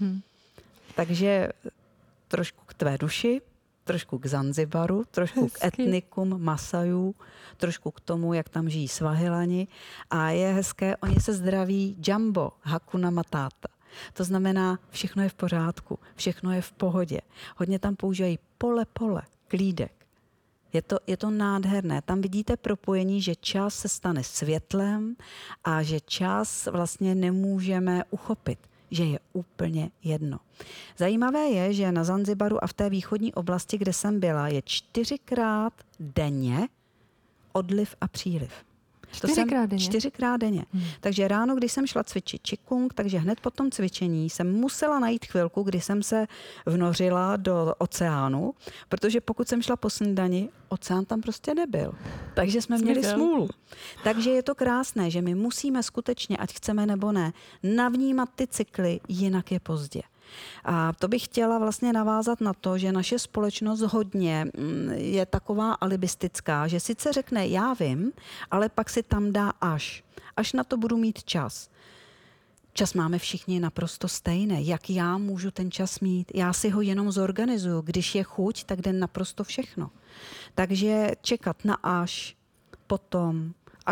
Takže trošku k tvé duši, trošku k Zanzibaru, trošku k etnikum Masajů, trošku k tomu, jak tam žijí Svahilani. A je hezké, oni se zdraví Jambo, Hakuna Matata. To znamená, všechno je v pořádku, všechno je v pohodě. Hodně tam používají pole, klídek. Je to nádherné. Tam vidíte propojení, že čas se stane světlem a že čas vlastně nemůžeme uchopit, že je úplně jedno. Zajímavé je, že na Zanzibaru a v té východní oblasti, kde jsem byla, je 4krát denně odliv a příliv. 4krát denně? 4krát denně. Takže ráno, když jsem šla cvičit Qigong, takže hned po tom cvičení jsem musela najít chvilku, kdy jsem se vnořila do oceánu, protože pokud jsem šla po snídani, oceán tam prostě nebyl. Takže jsme měli smůlu. Takže je to krásné, že my musíme skutečně, ať chceme nebo ne, navnímat ty cykly, jinak je pozdě. A to bych chtěla vlastně navázat na to, že naše společnost hodně je taková alibistická, že sice řekne já vím, ale pak si tam dá až na to budu mít čas. Čas máme všichni naprosto stejné. Jak já můžu ten čas mít? Já si ho jenom zorganizuju. Když je chuť, tak jde naprosto všechno. Takže čekat na potom,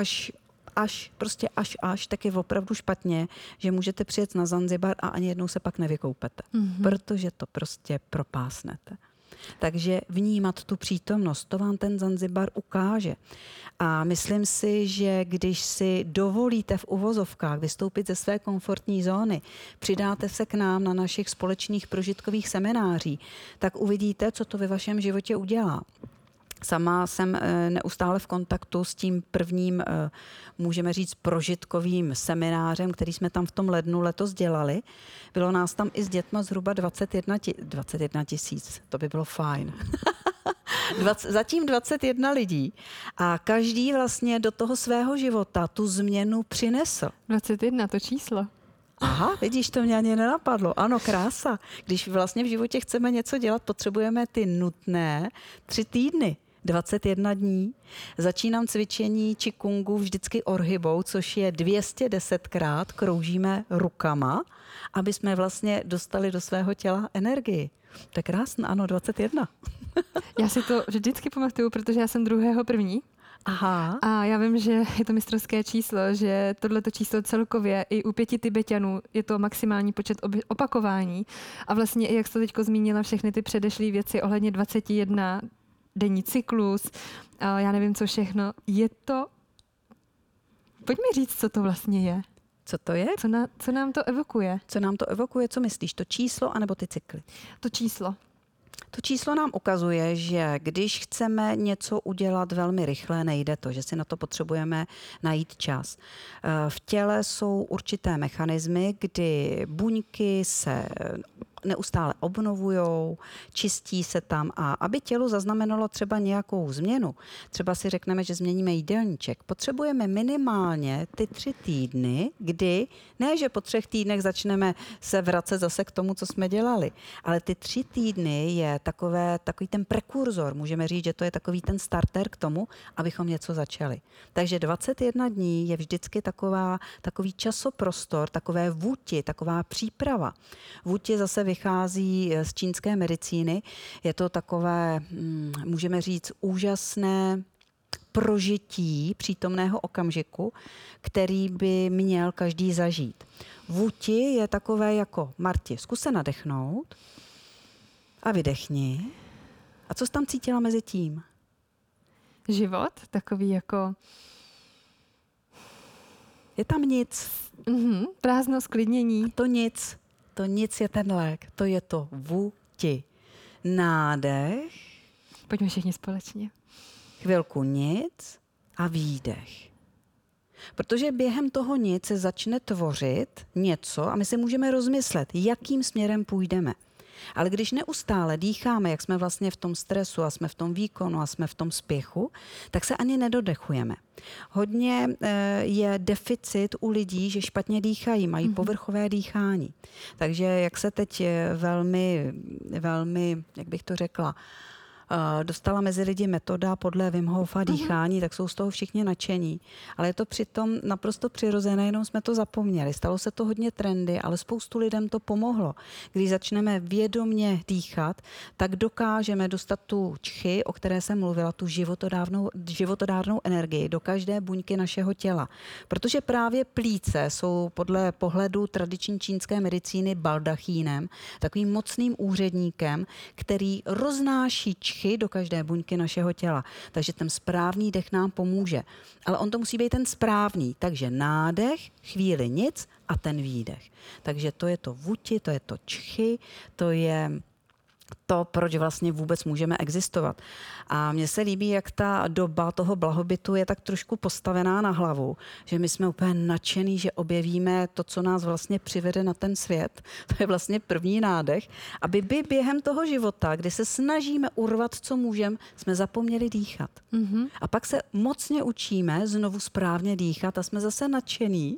až, tak je opravdu špatně, že můžete přijet na Zanzibar a ani jednou se pak nevykoupete. Protože to prostě propásnete. Takže vnímat tu přítomnost, to vám ten Zanzibar ukáže. A myslím si, že když si dovolíte v uvozovkách vystoupit ze své komfortní zóny, přidáte se k nám na našich společných prožitkových seminářích, tak uvidíte, co to ve vašem životě udělá. Sama jsem neustále v kontaktu s tím prvním, můžeme říct, prožitkovým seminářem, který jsme tam v tom lednu letos dělali. Bylo nás tam i s dětma zhruba 21 tisíc, to by bylo fajn. Zatím 21 lidí a každý vlastně do toho svého života tu změnu přinesl. 21, to číslo. Aha, vidíš, to mě ani nenapadlo. Ano, krása. Když vlastně v životě chceme něco dělat, potřebujeme ty nutné 3 týdny. 21 dní. Začínám cvičení Qigongu vždycky orhybou, což je 210krát kroužíme rukama, aby jsme vlastně dostali do svého těla energii. To je krásné, ano, 21. Já si to vždycky pamatuju, protože já jsem 2.1. Aha. A já vím, že je to mistrovské číslo, že tohleto číslo celkově i u 5 Tibeťanů je to maximální počet opakování. A vlastně i jak jsi to teďko zmínila, všechny ty předešlé věci ohledně 21 denní cyklus, a já nevím, co všechno. Je to... Pojď mi říct, co to vlastně je. Co to je? Co nám to evokuje? Co nám to evokuje? Co myslíš? To číslo anebo ty cykly? To číslo. To číslo nám ukazuje, že když chceme něco udělat velmi rychle, nejde to, že si na to potřebujeme najít čas. V těle jsou určité mechanismy, kdy buňky se neustále obnovujou, čistí se tam a aby tělo zaznamenalo třeba nějakou změnu, třeba si řekneme, že změníme jídelníček, potřebujeme minimálně ty 3 týdny, kdy ne, že po 3 týdnech začneme se vracet zase k tomu, co jsme dělali, ale ty 3 týdny je takový ten prekurzor, můžeme říct, že to je takový ten starter k tomu, abychom něco začali. Takže 21 dní je vždycky takový časoprostor, takové vuti, taková příprava. Vuti zase vychází z čínské medicíny. Je to takové, můžeme říct, úžasné prožití přítomného okamžiku, který by měl každý zažít. Vuti je takové jako, Marti, zkus se nadechnout a vydechni. A co jsi tam cítila mezi tím? Život, takový jako... Je tam nic. Prázdno, sklidnění. To nic je ten lék. To je to vuti. Nádech. Pojďme všichni společně. Chvilku nic a výdech. Protože během toho nic se začne tvořit něco a my si můžeme rozmyslet, jakým směrem půjdeme. Ale když neustále dýcháme, jak jsme vlastně v tom stresu a jsme v tom výkonu a jsme v tom spěchu, tak se ani nedodechujeme. Hodně je deficit u lidí, že špatně dýchají, mají povrchové dýchání. Takže jak se teď velmi, jak bych to řekla, dostala mezi lidi metoda podle Wim Hofa dýchání, tak jsou z toho všichni nadšení. Ale je to přitom naprosto přirozené, jenom jsme to zapomněli. Stalo se to hodně trendy, ale spoustu lidem to pomohlo. Když začneme vědomně dýchat, tak dokážeme dostat tu čchy, o které jsem mluvila, tu životodárnou energii do každé buňky našeho těla. Protože právě plíce jsou podle pohledu tradiční čínské medicíny baldachínem, takovým mocným úředníkem, který roznáší čchy do každé buňky našeho těla. Takže ten správný dech nám pomůže. Ale on to musí být ten správný. Takže nádech, chvíli nic a ten výdech. Takže to je to vuti, to je to čchy, to je to, proč vlastně vůbec můžeme existovat. A mně se líbí, jak ta doba toho blahobytu je tak trošku postavená na hlavu, že my jsme úplně nadšený, že objevíme to, co nás vlastně přivede na ten svět. To je vlastně první nádech, aby během toho života, kdy se snažíme urvat, co můžeme, jsme zapomněli dýchat. Mm-hmm. A pak se mocně učíme znovu správně dýchat a jsme zase nadšený,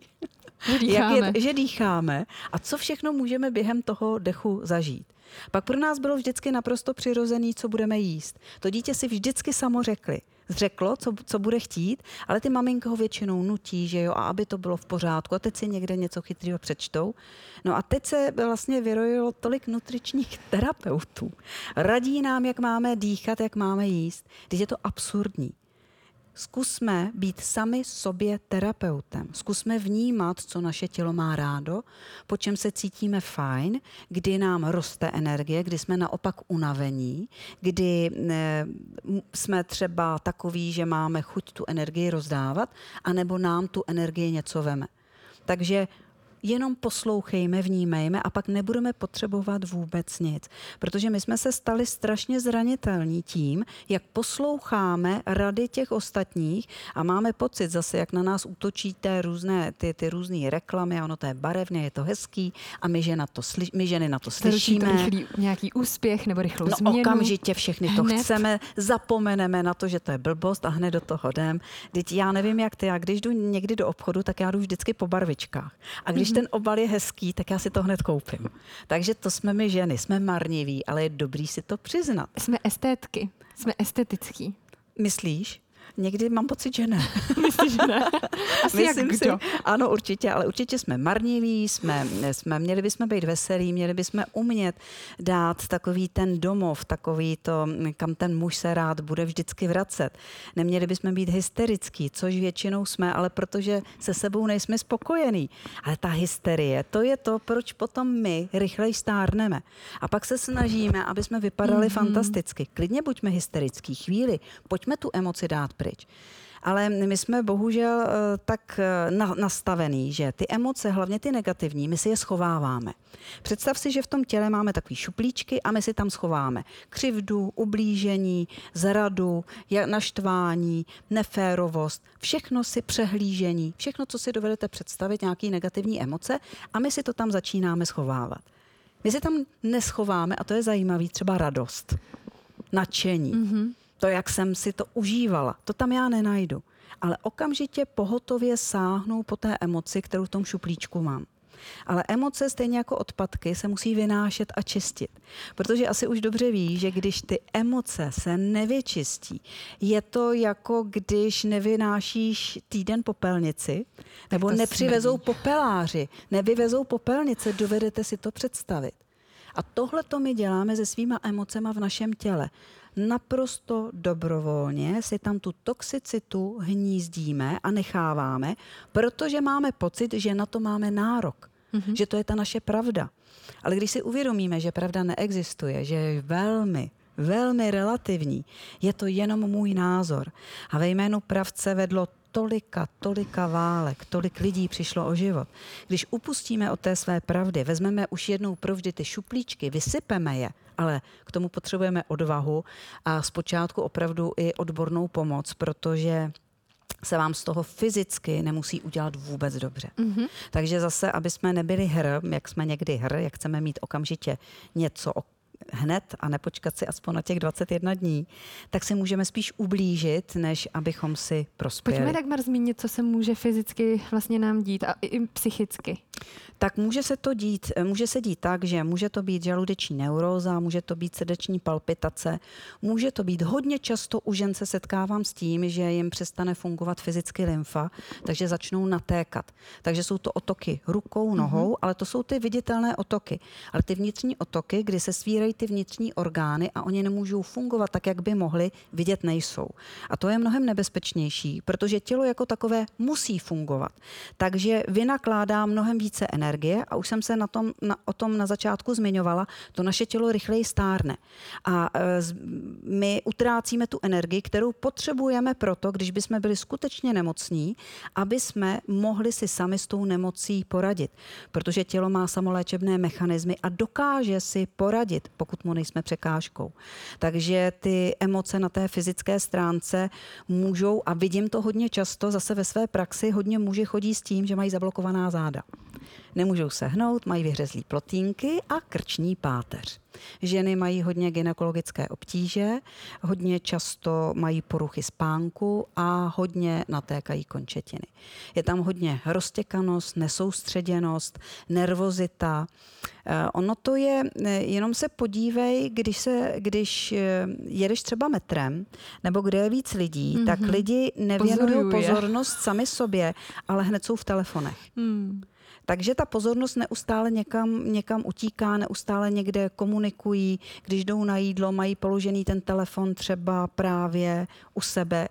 že dýcháme a co všechno můžeme během toho dechu zažít. Pak pro nás bylo vždycky naprosto přirozený, co budeme jíst. To dítě si vždycky samo řeklo, co bude chtít, ale ty maminky ho většinou nutí, že jo, a aby to bylo v pořádku. A teď si někde něco chytrého přečtou. No a teď se vlastně vyrojilo tolik nutričních terapeutů. Radí nám, jak máme dýchat, jak máme jíst. Teď je to absurdní. Zkusme být sami sobě terapeutem. Zkusme vnímat, co naše tělo má rádo, po čem se cítíme fajn, kdy nám roste energie, kdy jsme naopak unavení, kdy jsme třeba takoví, že máme chuť tu energii rozdávat, anebo nám tu energii něco veme. Takže jenom poslouchejme, vnímejme a pak nebudeme potřebovat vůbec nic. Protože my jsme se stali strašně zranitelní tím, jak posloucháme rady těch ostatních a máme pocit zase, jak na nás útočí ty různé reklamy a ono to je barevné, je to hezký a my ženy na to slyšíme. Rychlý nějaký úspěch nebo rychlou změnu. Okamžitě všechny to chceme, zapomeneme na to, že to je blbost a hned do toho jdem. Teď já nevím, jak ty, já když jdu někdy do obchodu, tak já jdu vždycky po barvičkách. A když ten obal je hezký, tak já si to hned koupím. Takže to jsme my ženy, jsme marniví, ale je dobrý si to přiznat. Jsme estétky, jsme estetický. Myslíš? Někdy mám pocit, že ne. Myslíš, že ne? Asi jak kdo? Ano, určitě, ale určitě jsme marniví, měli bychom být veselí, měli bychom umět dát takový ten domov, takový to, kam ten muž se rád bude vždycky vracet. Neměli bychom být hysterický, což většinou jsme, ale protože se sebou nejsme spokojení. Ale ta hysterie, to je to, proč potom my rychleji stárneme. A pak se snažíme, aby jsme vypadali fantasticky. Klidně buďme hysterický chvíli, pojďme tu emoci dát pryč. Ale my jsme bohužel tak nastavený, že ty emoce, hlavně ty negativní, my si je schováváme. Představ si, že v tom těle máme takový šuplíčky a my si tam schováme křivdu, ublížení, zradu, naštvání, neférovost, všechno si přehlížení, všechno, co si dovedete představit, nějaký negativní emoce a my si to tam začínáme schovávat. My si tam neschováme, a to je zajímavý, třeba radost, nadšení. Mm-hmm. To, jak jsem si to užívala, to tam já nenajdu. Ale okamžitě pohotově sáhnu po té emoci, kterou v tom šuplíčku mám. Ale emoce, stejně jako odpadky, se musí vynášet a čistit. Protože asi už dobře ví, že když ty emoce se nevyčistí, je to jako když nevynášíš týden popelnici, nebo nepřivezou popeláři, nevyvezou popelnice, dovedete si to představit. A tohle to my děláme se svýma emocema v našem těle. Naprosto dobrovolně si tam tu toxicitu hnízdíme a necháváme, protože máme pocit, že na to máme nárok, že to je ta naše pravda. Ale když si uvědomíme, že pravda neexistuje, že je velmi, velmi relativní, je to jenom můj názor. A ve jménu pravce vedlo tolika válek, tolik lidí přišlo o život. Když upustíme od té své pravdy, vezmeme už jednou provždy ty šuplíčky, vysypeme je, ale k tomu potřebujeme odvahu a zpočátku opravdu i odbornou pomoc, protože se vám z toho fyzicky nemusí udělat vůbec dobře. Mm-hmm. Takže zase, aby jsme nebyli jak jsme někdy jak chceme mít okamžitě něco hned a nepočkat si aspoň na těch 21 dní, tak si můžeme spíš ublížit, než abychom si prospěli. Pojďme Dagmar zmínit, co se může fyzicky vlastně nám dít a i psychicky. Tak může se dít tak, že může to být žaludeční neuróza, může to být srdeční palpitace, může to být hodně často u žen se setkávám s tím, že jim přestane fungovat fyzicky lymfa, takže začnou natékat. Takže jsou to otoky rukou, nohou, ale to jsou ty viditelné otoky. Ale ty vnitřní otoky, kdy se svírají ty vnitřní orgány a oni nemůžou fungovat tak, jak by mohli, vidět nejsou. A to je mnohem nebezpečnější, protože tělo jako takové musí fungovat. Takže vynakládá mnohem více energie a už jsem se o tom na začátku zmiňovala, to naše tělo rychleji stárne. A my utrácíme tu energii, kterou potřebujeme proto, když bychom byli skutečně nemocní, aby jsme mohli si sami s tou nemocí poradit. Protože tělo má samoléčebné mechanismy a dokáže si poradit pokud mu nejsme překážkou. Takže ty emoce na té fyzické stránce můžou, a vidím to hodně často, zase ve své praxi hodně muži chodí s tím, že mají zablokovaná záda. Nemůžou se hnout, mají vyhřezlý plotínky a krční páteř. Ženy mají hodně gynekologické obtíže, hodně často mají poruchy spánku a hodně natékají končetiny. Je tam hodně roztěkanost, nesoustředěnost, nervozita. Ono to je, jenom se podívej, když jedeš třeba metrem, nebo kde je víc lidí, tak lidi nevěnují pozornost sami sobě, ale hned jsou v telefonech. Takže ta pozornost neustále někam utíká, neustále někde komunikují. Když jdou na jídlo, mají položený ten telefon třeba právě u sebe,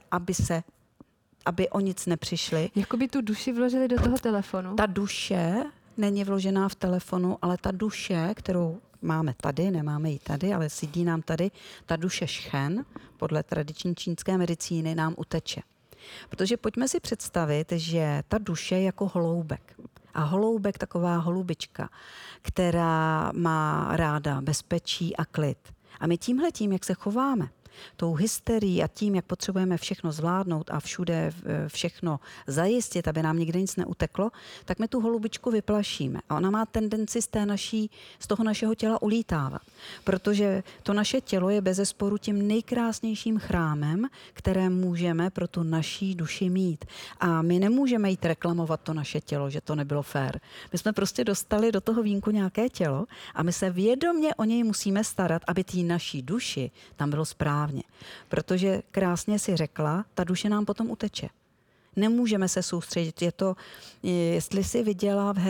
aby o nic nepřišli. Jakoby tu duši vložili do toho telefonu. Ta duše není vložená v telefonu, ale ta duše, kterou máme tady, nemáme ji tady, ale sedí nám tady, ta duše šchen, podle tradiční čínské medicíny, nám uteče. Protože pojďme si představit, že ta duše je jako holoubek. A holoubek, taková holubička, která má ráda bezpečí a klid. A my tímhletím, jak se chováme, tou hysterií a tím, jak potřebujeme všechno zvládnout a všude všechno zajistit, aby nám nikde nic neuteklo, tak my tu holubičku vyplašíme. A ona má tendenci z toho našeho těla ulítávat. Protože to naše tělo je bezesporu tím nejkrásnějším chrámem, které můžeme pro tu naší duši mít. A my nemůžeme jít reklamovat to naše tělo, že to nebylo fér. My jsme prostě dostali do toho vínku nějaké tělo a my se vědomě o něj musíme starat, aby té naší duši tam bylo správně. Protože krásně si řekla, ta duše nám potom uteče. Nemůžeme se soustředit. Je to, jestli jsi viděla v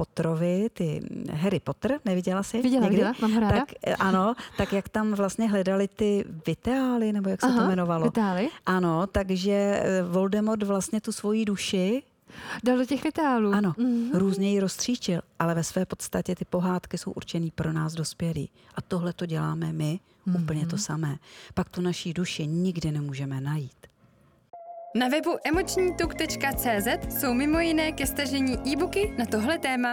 Harry Potter, neviděla jsi? Viděla, mám ho ráda. Tak, ano, tak jak tam vlastně hledali ty vitály, nebo jak se to jmenovalo? Vitály. Ano, takže Voldemort vlastně tu svoji duši dal do těch vitálů. Ano, různě ji rozstříčil, ale ve své podstatě ty pohádky jsou určený pro nás dospělí. A tohle to děláme my, úplně to samé. Pak tu naší duši nikdy nemůžeme najít. Na webu emočnituk.cz jsou mimo jiné ke stažení e-booky na tohle téma.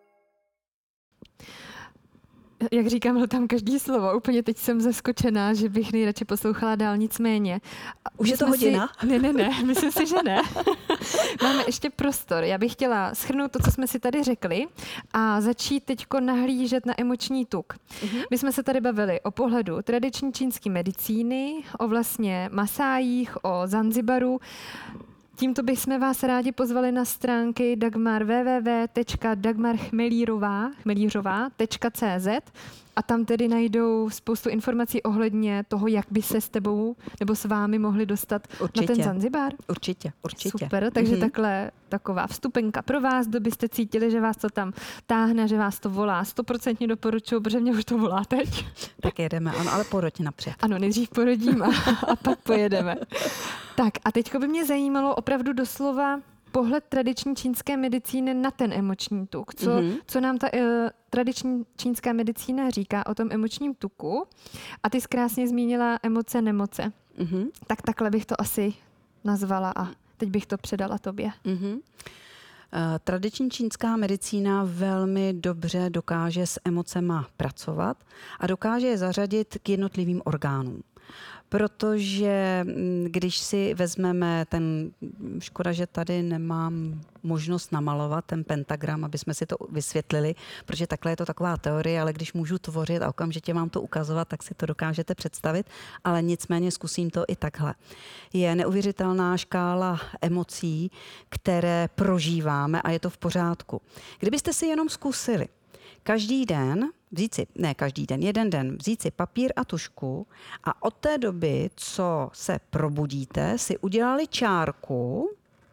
Jak říkám, byl tam každý slovo. Úplně teď jsem zaskočená, že bych nejradši poslouchala dál, nicméně. Už je to hodina? Ne, myslím si, že ne. Máme ještě prostor. Já bych chtěla shrnout to, co jsme si tady řekli a začít teďko nahlížet na emoční tuk. My jsme se tady bavili o pohledu tradiční čínské medicíny, o vlastně Masájích, o Zanzibaru. Tímto bychom vás rádi pozvali na stránky www.dagmarchmelířová.cz a tam tedy najdou spoustu informací ohledně toho, jak by se s tebou nebo s vámi mohli dostat na ten Zanzibar. Určitě. Super, takže taková vstupenka pro vás, kdo byste cítili, že vás to tam táhne, že vás to volá. 100% doporučuji, protože mě už to volá teď. Tak jedeme, ano, ale poroď napřed. Ano, nejdřív porodím a pak pojedeme. Tak a teďko by mě zajímalo opravdu doslova pohled tradiční čínské medicíny na ten emoční tuk. Co nám ta tradiční čínská medicína říká o tom emočním tuku? A ty jsi krásně zmínila emoce, nemoce. Tak takhle bych to asi nazvala a teď bych to předala tobě. Tradiční čínská medicína velmi dobře dokáže s emocema pracovat a dokáže je zařadit k jednotlivým orgánům. Protože když si vezmeme škoda, že tady nemám možnost namalovat ten pentagram, aby jsme si to vysvětlili, protože takhle je to taková teorie, ale když můžu tvořit a okamžitě vám to ukazovat, tak si to dokážete představit, ale nicméně zkusím to i takhle. Je neuvěřitelná škála emocí, které prožíváme a je to v pořádku. Kdybyste si jenom zkusili jeden den vzít si papír a tužku a od té doby, co se probudíte, si udělali čárku,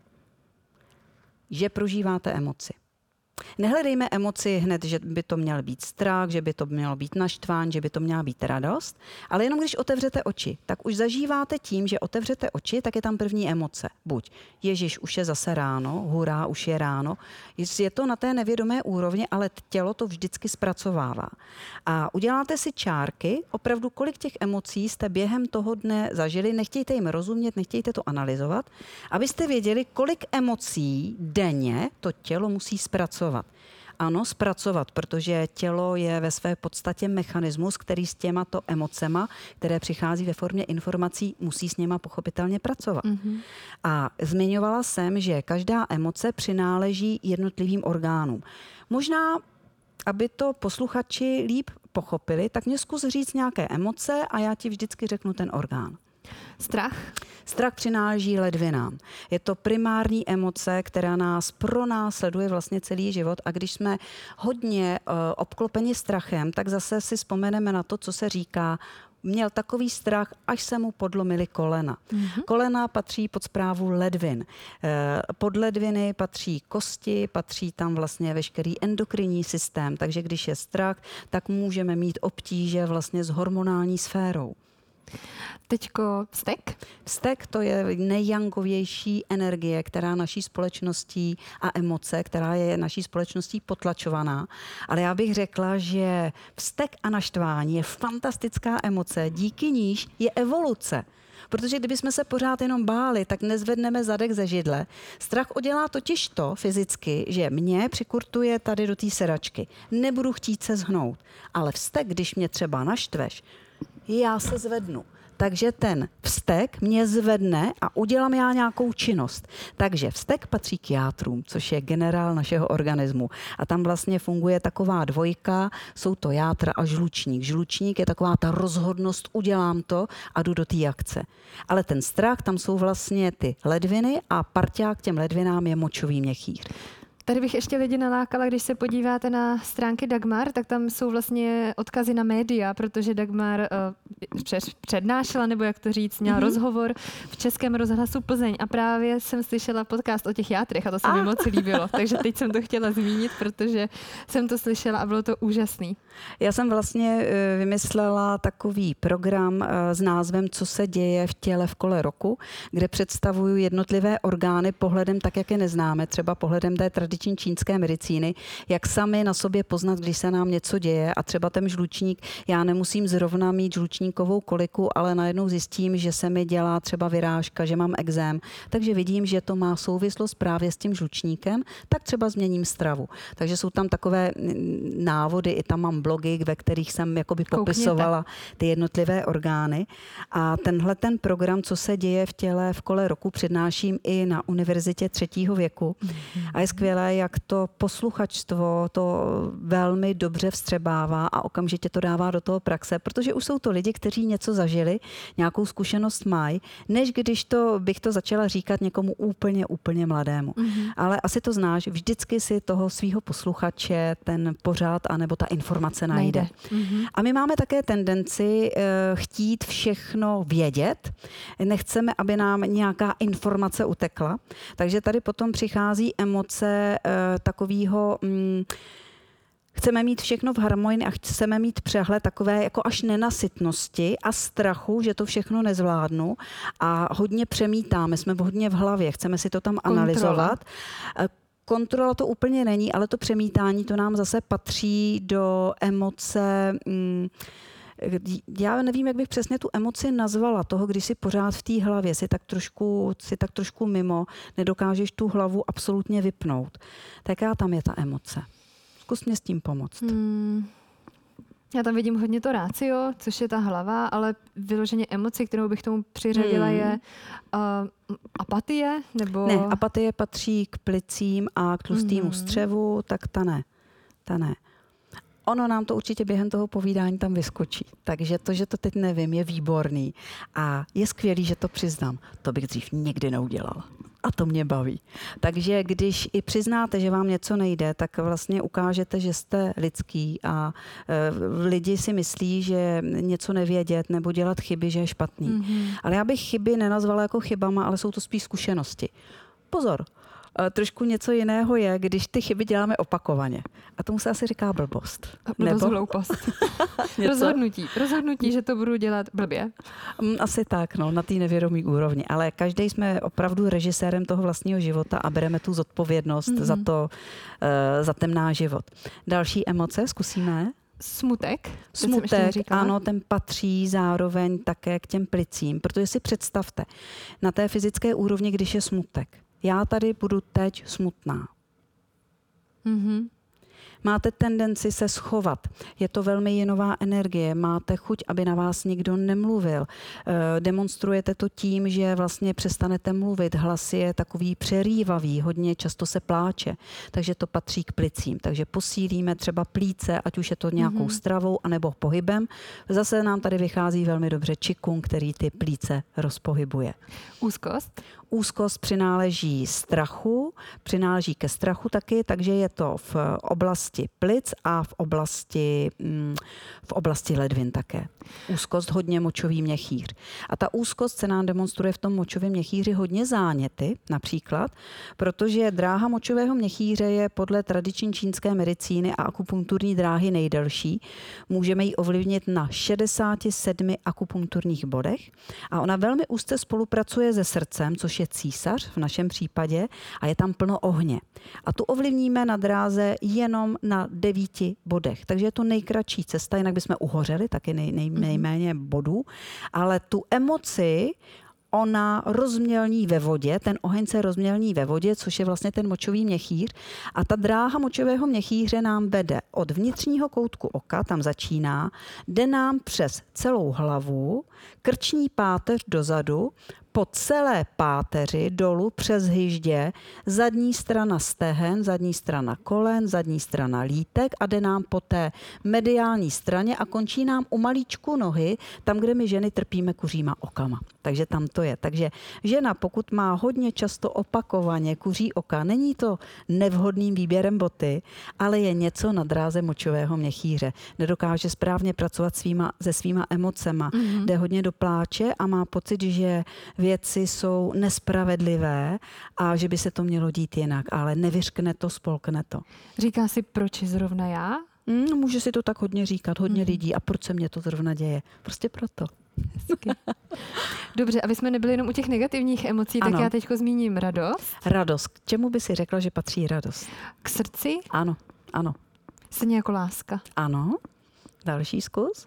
že prožíváte emoci. Nehledejme emoci hned, že by to měl být strach, že by to mělo být naštván, že by to měla být radost, ale jenom když otevřete oči, tak už zažíváte tím, že otevřete oči, tak je tam první emoce. Buď Ježiš, už je zase ráno, hurá, už je ráno. Je to na té nevědomé úrovni, ale tělo to vždycky zpracovává. A uděláte si čárky, opravdu kolik těch emocí jste během toho dne zažili, nechtějte jim rozumět, nechtějte to analyzovat, abyste věděli, kolik emocí denně to tělo musí zpracovat. ano, zpracovat, protože tělo je ve své podstatě mechanismus, který s těmato emocema, které přichází ve formě informací, musí s něma pochopitelně pracovat. A zmiňovala jsem, že každá emoce přináleží jednotlivým orgánům. Možná, aby to posluchači líp pochopili, tak mě zkus říct nějaké emoce a já ti vždycky řeknu ten orgán. Strach? Strach přináleží ledvinám. Je to primární emoce, která nás pronásleduje vlastně celý život, a když jsme hodně obklopeni strachem, tak zase si vzpomeneme na to, co se říká, měl takový strach, až se mu podlomily kolena. Kolena patří pod správu ledvin. Pod ledviny patří kosti, patří tam vlastně veškerý endokrinní systém, takže když je strach, tak můžeme mít obtíže vlastně s hormonální sférou. Teďko vztek? Vztek, to je nejjangovější energie, která naší společností a emoce, která je naší společností potlačovaná. Ale já bych řekla, že vztek a naštvání je fantastická emoce, díky níž je evoluce. Protože kdybychom se pořád jenom báli, tak nezvedneme zadek ze židle. Strach udělá totiž to fyzicky, že mě přikurtuje tady do té sedačky. Nebudu chtít se zhnout. Ale vztek, když mě třeba naštveš, já se zvednu. Takže ten vztek mě zvedne a udělám já nějakou činnost. Takže vztek patří k játrům, což je generál našeho organismu. A tam vlastně funguje taková dvojka, jsou to játra a žlučník. Žlučník je taková ta rozhodnost, udělám to a jdu do té akce. Ale ten strach, tam jsou vlastně ty ledviny a parťák k těm ledvinám je močový měchýř. Tady bych ještě lidi nalákala, když se podíváte na stránky Dagmar, tak tam jsou vlastně odkazy na média, protože Dagmar přednášela, nebo jak to říct, měla rozhovor v Českém rozhlasu Plzeň a právě jsem slyšela podcast o těch játrech a to se mi moc líbilo. Takže teď jsem to chtěla zmínit, protože jsem to slyšela a bylo to úžasný. Já jsem vlastně vymyslela takový program s názvem Co se děje v těle v kole roku, kde představuju jednotlivé orgány pohledem tak, jak je neznáme, třeba pohledem té tradiční čínské medicíny, jak sami na sobě poznat, když se nám něco děje, a třeba ten žlučník, já nemusím zrovna mít žlučníkovou koliku, ale najednou zjistím, že se mi dělá třeba vyrážka, že mám ekzém, takže vidím, že to má souvislost právě s tím žlučníkem, tak třeba změním stravu. Takže jsou tam takové návody, i tam mám blogy, ve kterých jsem jakoby popisovala ty jednotlivé orgány. A tenhle ten program, Co se děje v těle v kole roku, přednáším i na univerzitě 3. věku. A je skvělé, jak to posluchačstvo to velmi dobře vstřebává a okamžitě to dává do toho praxe, protože už jsou to lidi, kteří něco zažili, nějakou zkušenost mají, než když bych to začala říkat někomu úplně mladému. Ale asi to znáš, vždycky si toho svého posluchače ten pořad anebo ta informace najde. A my máme také tendenci chtít všechno vědět. Nechceme, aby nám nějaká informace utekla. Takže tady potom přichází emoce takového... Chceme mít všechno v harmonii a chceme mít přehled takové jako až nenasytnosti a strachu, že to všechno nezvládnu, a hodně přemítáme, jsme hodně v hlavě, chceme si to tam analyzovat. Kontrola to úplně není, ale to přemítání, to nám zase patří do emoce... Já nevím, jak bych přesně tu emoci nazvala, toho, když si pořád v té hlavě, si tak trošku mimo, nedokážeš tu hlavu absolutně vypnout. Tak já tam je ta emoce. Zkus mě s tím pomoct. Já tam vidím hodně to rácio, což je ta hlava, ale vyloženě emoci, kterou bych tomu přiřadila, je apatie? Nebo... Ne, apatie patří k plicím a k tlustému střevu, tak ta ne. Ono nám to určitě během toho povídání tam vyskočí. Takže to, že to teď nevím, je výborný. A je skvělý, že to přiznám. To bych dřív nikdy neudělala. A to mě baví. Takže když i přiznáte, že vám něco nejde, tak vlastně ukážete, že jste lidský a lidi si myslí, že něco nevědět nebo dělat chyby, že je špatný. Ale já bych chyby nenazvala jako chybama, ale jsou to spíš zkušenosti. Pozor, trošku něco jiného je, když ty chyby děláme opakovaně. A tomu se asi říká blbost. Blbost, hloupost. Rozhodnutí, že to budu dělat blbě. Asi tak, na té nevědomí úrovni. Ale každý jsme opravdu režisérem toho vlastního života a bereme tu zodpovědnost za ten náš život. Další emoce zkusíme? Smutek, ano, ten patří zároveň také k těm plicím, protože si představte, na té fyzické úrovni, když je smutek, já tady budu teď smutná. Máte tendenci se schovat. Je to velmi jinová energie. Máte chuť, aby na vás nikdo nemluvil. Demonstrujete to tím, že vlastně přestanete mluvit. Hlas je takový přerývavý, hodně často se pláče. Takže to patří k plicím. Takže posílíme třeba plíce, ať už je to nějakou stravou anebo pohybem. Zase nám tady vychází velmi dobře čikung, který ty plíce rozpohybuje. Úzkost? Úzkost přináleží ke strachu taky, takže je to v oblasti plic a v oblasti ledvin také. Úzkost hodně močový měchýř. A ta úzkost se nám demonstruje v tom močovém měchýři hodně záněty například, protože dráha močového měchýře je podle tradiční čínské medicíny a akupunkturní dráhy nejdelší. Můžeme ji ovlivnit na 67 akupunkturních bodech a ona velmi úzce spolupracuje se srdcem, což je císař v našem případě, a je tam plno ohně. A tu ovlivníme na dráze jenom na 9 bodech. Takže je to nejkratší cesta, jinak bychom uhořeli, taky nejméně bodů, ale tu emoci ona rozmělní ve vodě, ten oheň se rozmělní ve vodě, což je vlastně ten močový měchýř. A ta dráha močového měchýře nám vede od vnitřního koutku oka, tam začíná, jde nám přes celou hlavu, krční páteř dozadu, po celé páteři dolů přes hyždě, zadní strana stehen, zadní strana kolen, zadní strana lítek a jde nám po té mediální straně a končí nám u malíčku nohy, tam, kde my ženy trpíme kuříma okama. Takže tam to je. Takže žena, pokud má hodně často opakovaně kuří oka, není to nevhodným výběrem boty, ale je něco na dráze močového měchýře. Nedokáže správně pracovat se svýma emocema, jde hodně do pláče a má pocit, že věci jsou nespravedlivé a že by se to mělo dít jinak, ale nevyřkne to, spolkne to. Říká si, proč zrovna já? Může si to tak hodně říkat, hodně lidí. A proč se mně to zrovna děje? Prostě proto. Hezky. Dobře, aby jsme nebyli jenom u těch negativních emocí, tak já teďko zmíním radost. Radost. K čemu by si řekla, že patří radost? K srdci? Ano, ano. Stejně jako láska. Ano. Další zkus.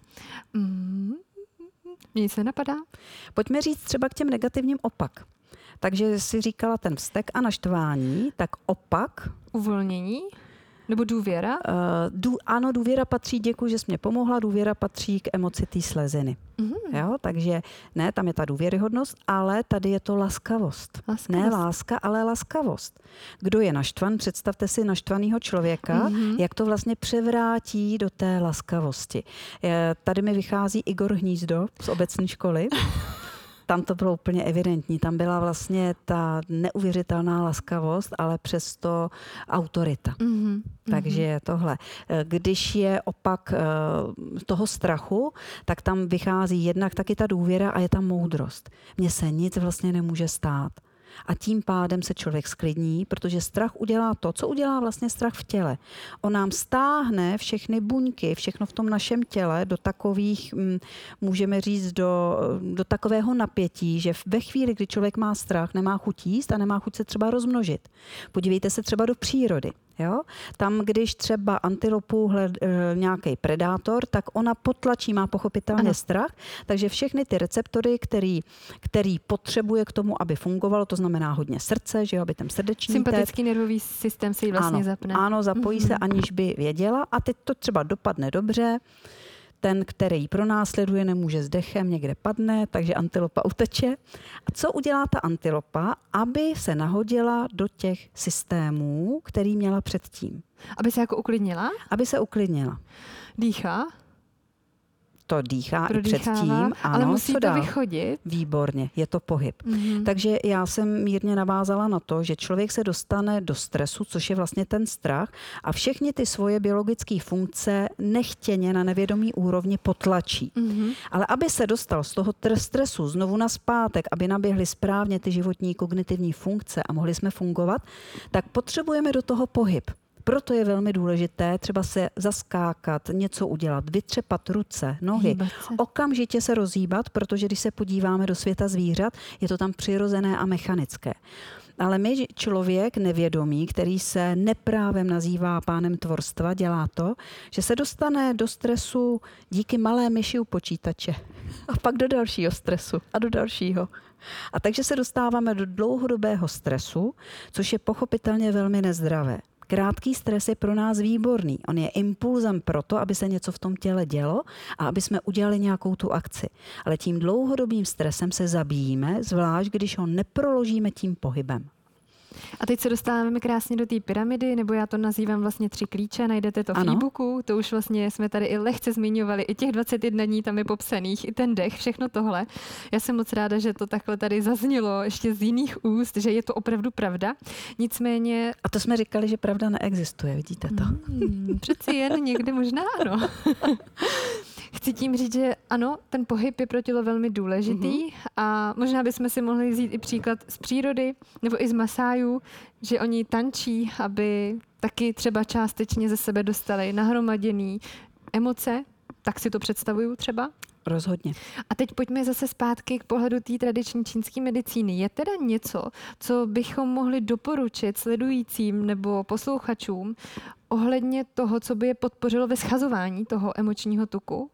Mně nic nenapadá. Pojďme říct třeba k těm negativním opak. Takže si říkala ten vztek a naštvání, tak opak. Uvolnění? Nebo důvěra? Ano, důvěra patří, děkuji, že jsi mě pomohla, důvěra patří k emoci té sleziny. Jo, takže ne, tam je ta důvěryhodnost, ale tady je to laskavost. Ne láska, ale laskavost. Kdo je naštvan, představte si naštvanýho člověka, jak to vlastně převrátí do té laskavosti. Tady mi vychází Igor Hnízdo z obecní školy. Tam to bylo úplně evidentní. Tam byla vlastně ta neuvěřitelná laskavost, ale přesto autorita. Takže tohle. Když je opak toho strachu, tak tam vychází jednak taky ta důvěra a je tam moudrost. Mně se nic vlastně nemůže stát. A tím pádem se člověk sklidní, protože strach udělá to, co udělá vlastně strach v těle. On nám stáhne všechny buňky, všechno v tom našem těle do takových, můžeme říct, do takového napětí, že ve chvíli, kdy člověk má strach, nemá chuť jíst a nemá chuť se třeba rozmnožit. Podívejte se třeba do přírody. Jo? Tam, když třeba antilopu nějaký predátor, tak ona potlačí, má pochopitelně strach, takže všechny ty receptory, který potřebuje k tomu, aby fungovalo, to znamená hodně srdce, že jo, aby ten srdeční sympatický nervový systém se jí vlastně zapne. Ano, zapojí se, aniž by věděla a teď to třeba dopadne dobře. Ten, který ji pronásleduje, nemůže s dechem, někde padne, takže antilopa uteče. A co udělá ta antilopa, aby se nahodila do těch systémů, který měla předtím? Aby se jako uklidnila? Aby se uklidnila. Dýchá? To dýchá i předtím. Ano, ale musí to vychodit. Výborně, je to pohyb. Takže já jsem mírně navázala na to, že člověk se dostane do stresu, což je vlastně ten strach, a všechny ty svoje biologické funkce nechtěně na nevědomí úrovni potlačí. Ale aby se dostal z toho stresu znovu nazpátek, aby naběhly správně ty životní kognitivní funkce a mohli jsme fungovat, tak potřebujeme do toho pohyb. Proto je velmi důležité třeba se zaskákat, něco udělat, vytřepat ruce, nohy, okamžitě se rozhýbat, protože když se podíváme do světa zvířat, je to tam přirozené a mechanické. Ale my, člověk nevědomý, který se neprávem nazývá pánem tvorstva, dělá to, že se dostane do stresu díky malé myši u počítače a pak do dalšího stresu a do dalšího. A takže se dostáváme do dlouhodobého stresu, což je pochopitelně velmi nezdravé. Krátký stres je pro nás výborný. On je impulzem pro to, aby se něco v tom těle dělo a aby jsme udělali nějakou tu akci. Ale tím dlouhodobým stresem se zabíjíme, zvlášť když ho neproložíme tím pohybem. A teď se dostáváme krásně do té pyramidy, nebo já to nazývám vlastně 3 klíče, najdete to v e-booku, to už vlastně jsme tady i lehce zmiňovali, i těch 21 dní tam je popsaných, i ten dech, všechno tohle. Já jsem moc ráda, že to takhle tady zaznělo ještě z jiných úst, že je to opravdu pravda. Nicméně... A to jsme říkali, že pravda neexistuje, vidíte to? Přeci jen někdy možná ano. Chci tím říct, že ano, ten pohyb je pro tělo velmi důležitý a možná bychom si mohli vzít i příklad z přírody nebo i z masájů, že oni tančí, aby taky třeba částečně ze sebe dostali nahromaděný emoce, tak si to představuju třeba. Rozhodně. A teď pojďme zase zpátky k pohledu té tradiční čínské medicíny. Je teda něco, co bychom mohli doporučit sledujícím nebo posluchačům ohledně toho, co by je podpořilo ve schazování toho emočního tuku?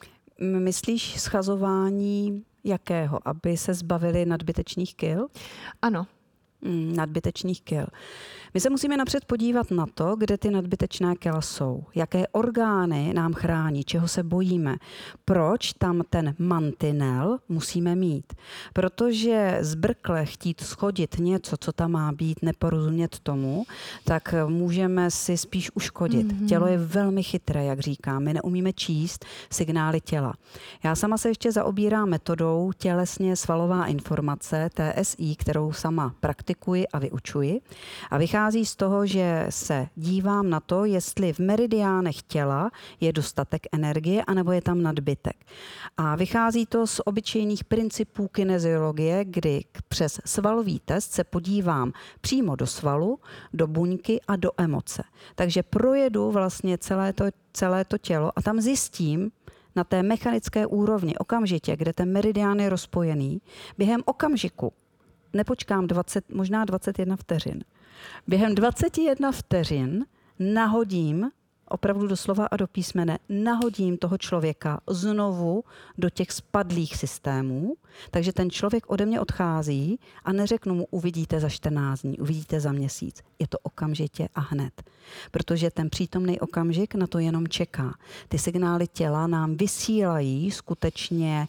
Myslíš schazování jakého? Aby se zbavili nadbytečných kil? Ano. Nadbytečných kil. My se musíme napřed podívat na to, kde ty nadbytečné kila jsou. Jaké orgány nám chrání, čeho se bojíme. Proč tam ten mantinel musíme mít. Protože zbrkle chtít schodit něco, co tam má být, neporozumět tomu, tak můžeme si spíš uškodit. Tělo je velmi chytré, jak říkám. My neumíme číst signály těla. Já sama se ještě zaobírám metodou tělesně svalová informace, TSI, kterou sama praktikuji a vyučuji. A vychází z toho, že se dívám na to, jestli v meridiánech těla je dostatek energie, anebo je tam nadbytek. A vychází to z obyčejných principů kineziologie, kdy přes svalový test se podívám přímo do svalu, do buňky a do emoce. Takže projedu vlastně celé to tělo a tam zjistím, na té mechanické úrovni okamžitě, kde ten meridián je rozpojený, během okamžiku, nepočkám možná 21 vteřin. Během 21 vteřin nahodím, opravdu doslova a do písmene, nahodím toho člověka znovu do těch spadlých systémů, takže ten člověk ode mě odchází a neřeknu mu, uvidíte za 14 dní, uvidíte za měsíc. Je to okamžitě a hned. Protože ten přítomný okamžik na to jenom čeká. Ty signály těla nám vysílají skutečně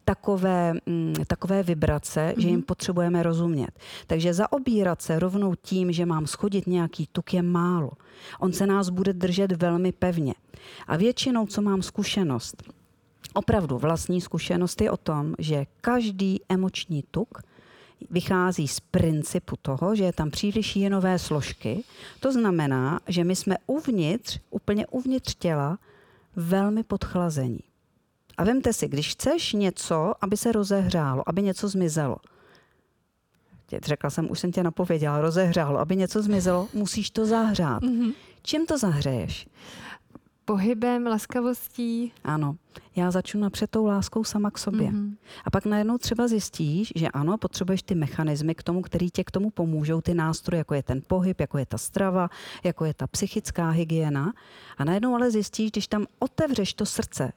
takové vibrace, že jim potřebujeme rozumět. Takže zaobírat se rovnou tím, že mám schodit nějaký tuk, je málo. On se nás bude držet velmi pevně. A většinou, co mám zkušenost, opravdu vlastní zkušenost je o tom, že každý emoční tuk vychází z principu toho, že je tam příliš jinové složky. To znamená, že my jsme úplně uvnitř těla velmi podchlazení. A vemte si, když chceš něco, aby se rozehřálo, aby něco zmizelo. Řekla jsem, už jsem tě napověděla, rozehřálo, aby něco zmizelo, musíš to zahřát. Čím to zahřeješ? Pohybem, laskavostí. Ano, já začnu napřed tou láskou sama k sobě. A pak najednou třeba zjistíš, že ano, potřebuješ ty mechanismy k tomu, který tě k tomu pomůžou, ty nástroje, jako je ten pohyb, jako je ta strava, jako je ta psychická hygiena. A najednou ale zjistíš, když tam otevřeš to srdce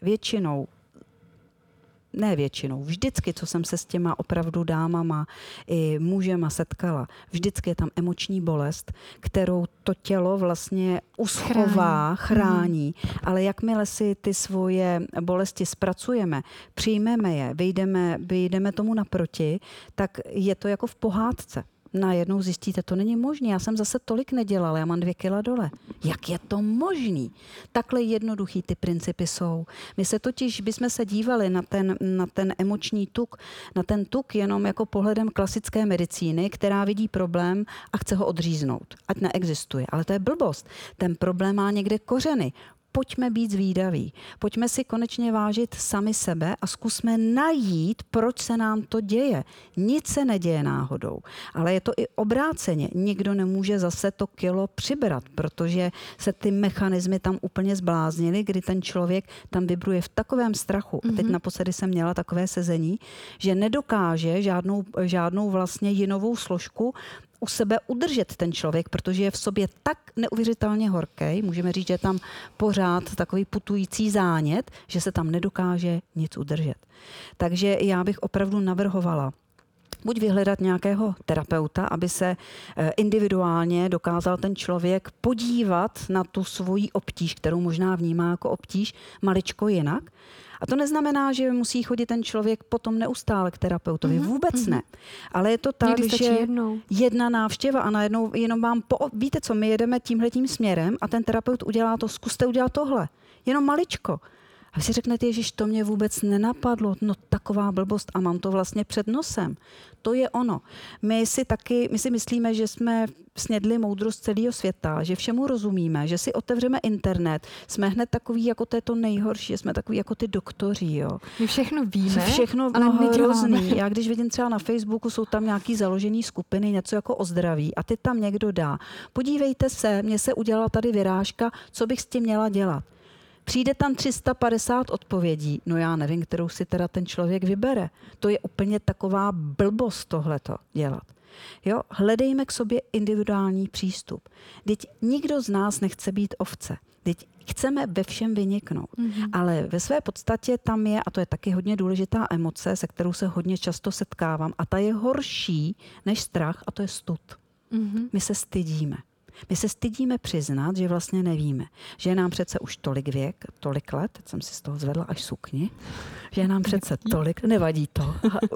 vždycky, co jsem se s těma opravdu dámama i mužema setkala, vždycky je tam emoční bolest, kterou to tělo vlastně uschová, chrání, ale jakmile si ty svoje bolesti zpracujeme, přijmeme je, vyjdeme tomu naproti, tak je to jako v pohádce. Najednou zjistíte, to není možné, já jsem zase tolik nedělala, já mám 2 kila dole. Jak je to možný? Takhle jednoduchý ty principy jsou. My se totiž, bychom se dívali na ten emoční tuk, na ten tuk jenom jako pohledem klasické medicíny, která vidí problém a chce ho odříznout. Ať neexistuje. Ale to je blbost. Ten problém má někde kořeny. Pojďme být zvídaví. Pojďme si konečně vážit sami sebe a zkusme najít, proč se nám to děje. Nic se neděje náhodou, ale je to i obráceně. Nikdo nemůže zase to kilo přibrat, protože se ty mechanismy tam úplně zbláznily, kdy ten člověk tam vibruje v takovém strachu. A teď naposledy jsem měla takové sezení, že nedokáže žádnou vlastně jinovou složku u sebe udržet ten člověk, protože je v sobě tak neuvěřitelně horký, můžeme říct, že je tam pořád takový putující zánět, že se tam nedokáže nic udržet. Takže já bych opravdu navrhovala, buď vyhledat nějakého terapeuta, aby se individuálně dokázal ten člověk podívat na tu svoji obtíž, kterou možná vnímá jako obtíž, maličko jinak. A to neznamená, že musí chodit ten člověk potom neustále k terapeutovi. Vůbec ne. Ale je to tak, že jedna návštěva a najednou jenom vám víte co, my jedeme tímhletím směrem a ten terapeut udělá to, zkuste udělat tohle. Jenom maličko. A vy si řeknete, ježiš, to mě vůbec nenapadlo, no taková blbost a mám to vlastně před nosem. To je ono. My si myslíme, že jsme snědli moudrost celého světa, že všemu rozumíme, že si otevřeme internet, jsme hned takový, jako to je to nejhorší, jsme takový jako ty doktoři, jo. My všechno víme, všechno ale hrozný. Já když vidím třeba na Facebooku, jsou tam nějaký založený skupiny, něco jako o zdraví a ty tam někdo dá. Podívejte se, mně se udělala tady vyrážka, co bych s tím měla dělat. Přijde tam 350 odpovědí, no já nevím, kterou si teda ten člověk vybere. To je úplně taková blbost tohleto dělat. Jo? Hledejme k sobě individuální přístup. Vždyť nikdo z nás nechce být ovce. Vždyť chceme ve všem vyniknout. Ale ve své podstatě tam je, a to je taky hodně důležitá emoce, se kterou se hodně často setkávám, a ta je horší než strach, a to je stud. My se stydíme. My se stydíme přiznat, že vlastně nevíme. Že je nám přece už tolik let, teď jsem si z toho zvedla až sukni, že je nám přece tolik, nevadí to,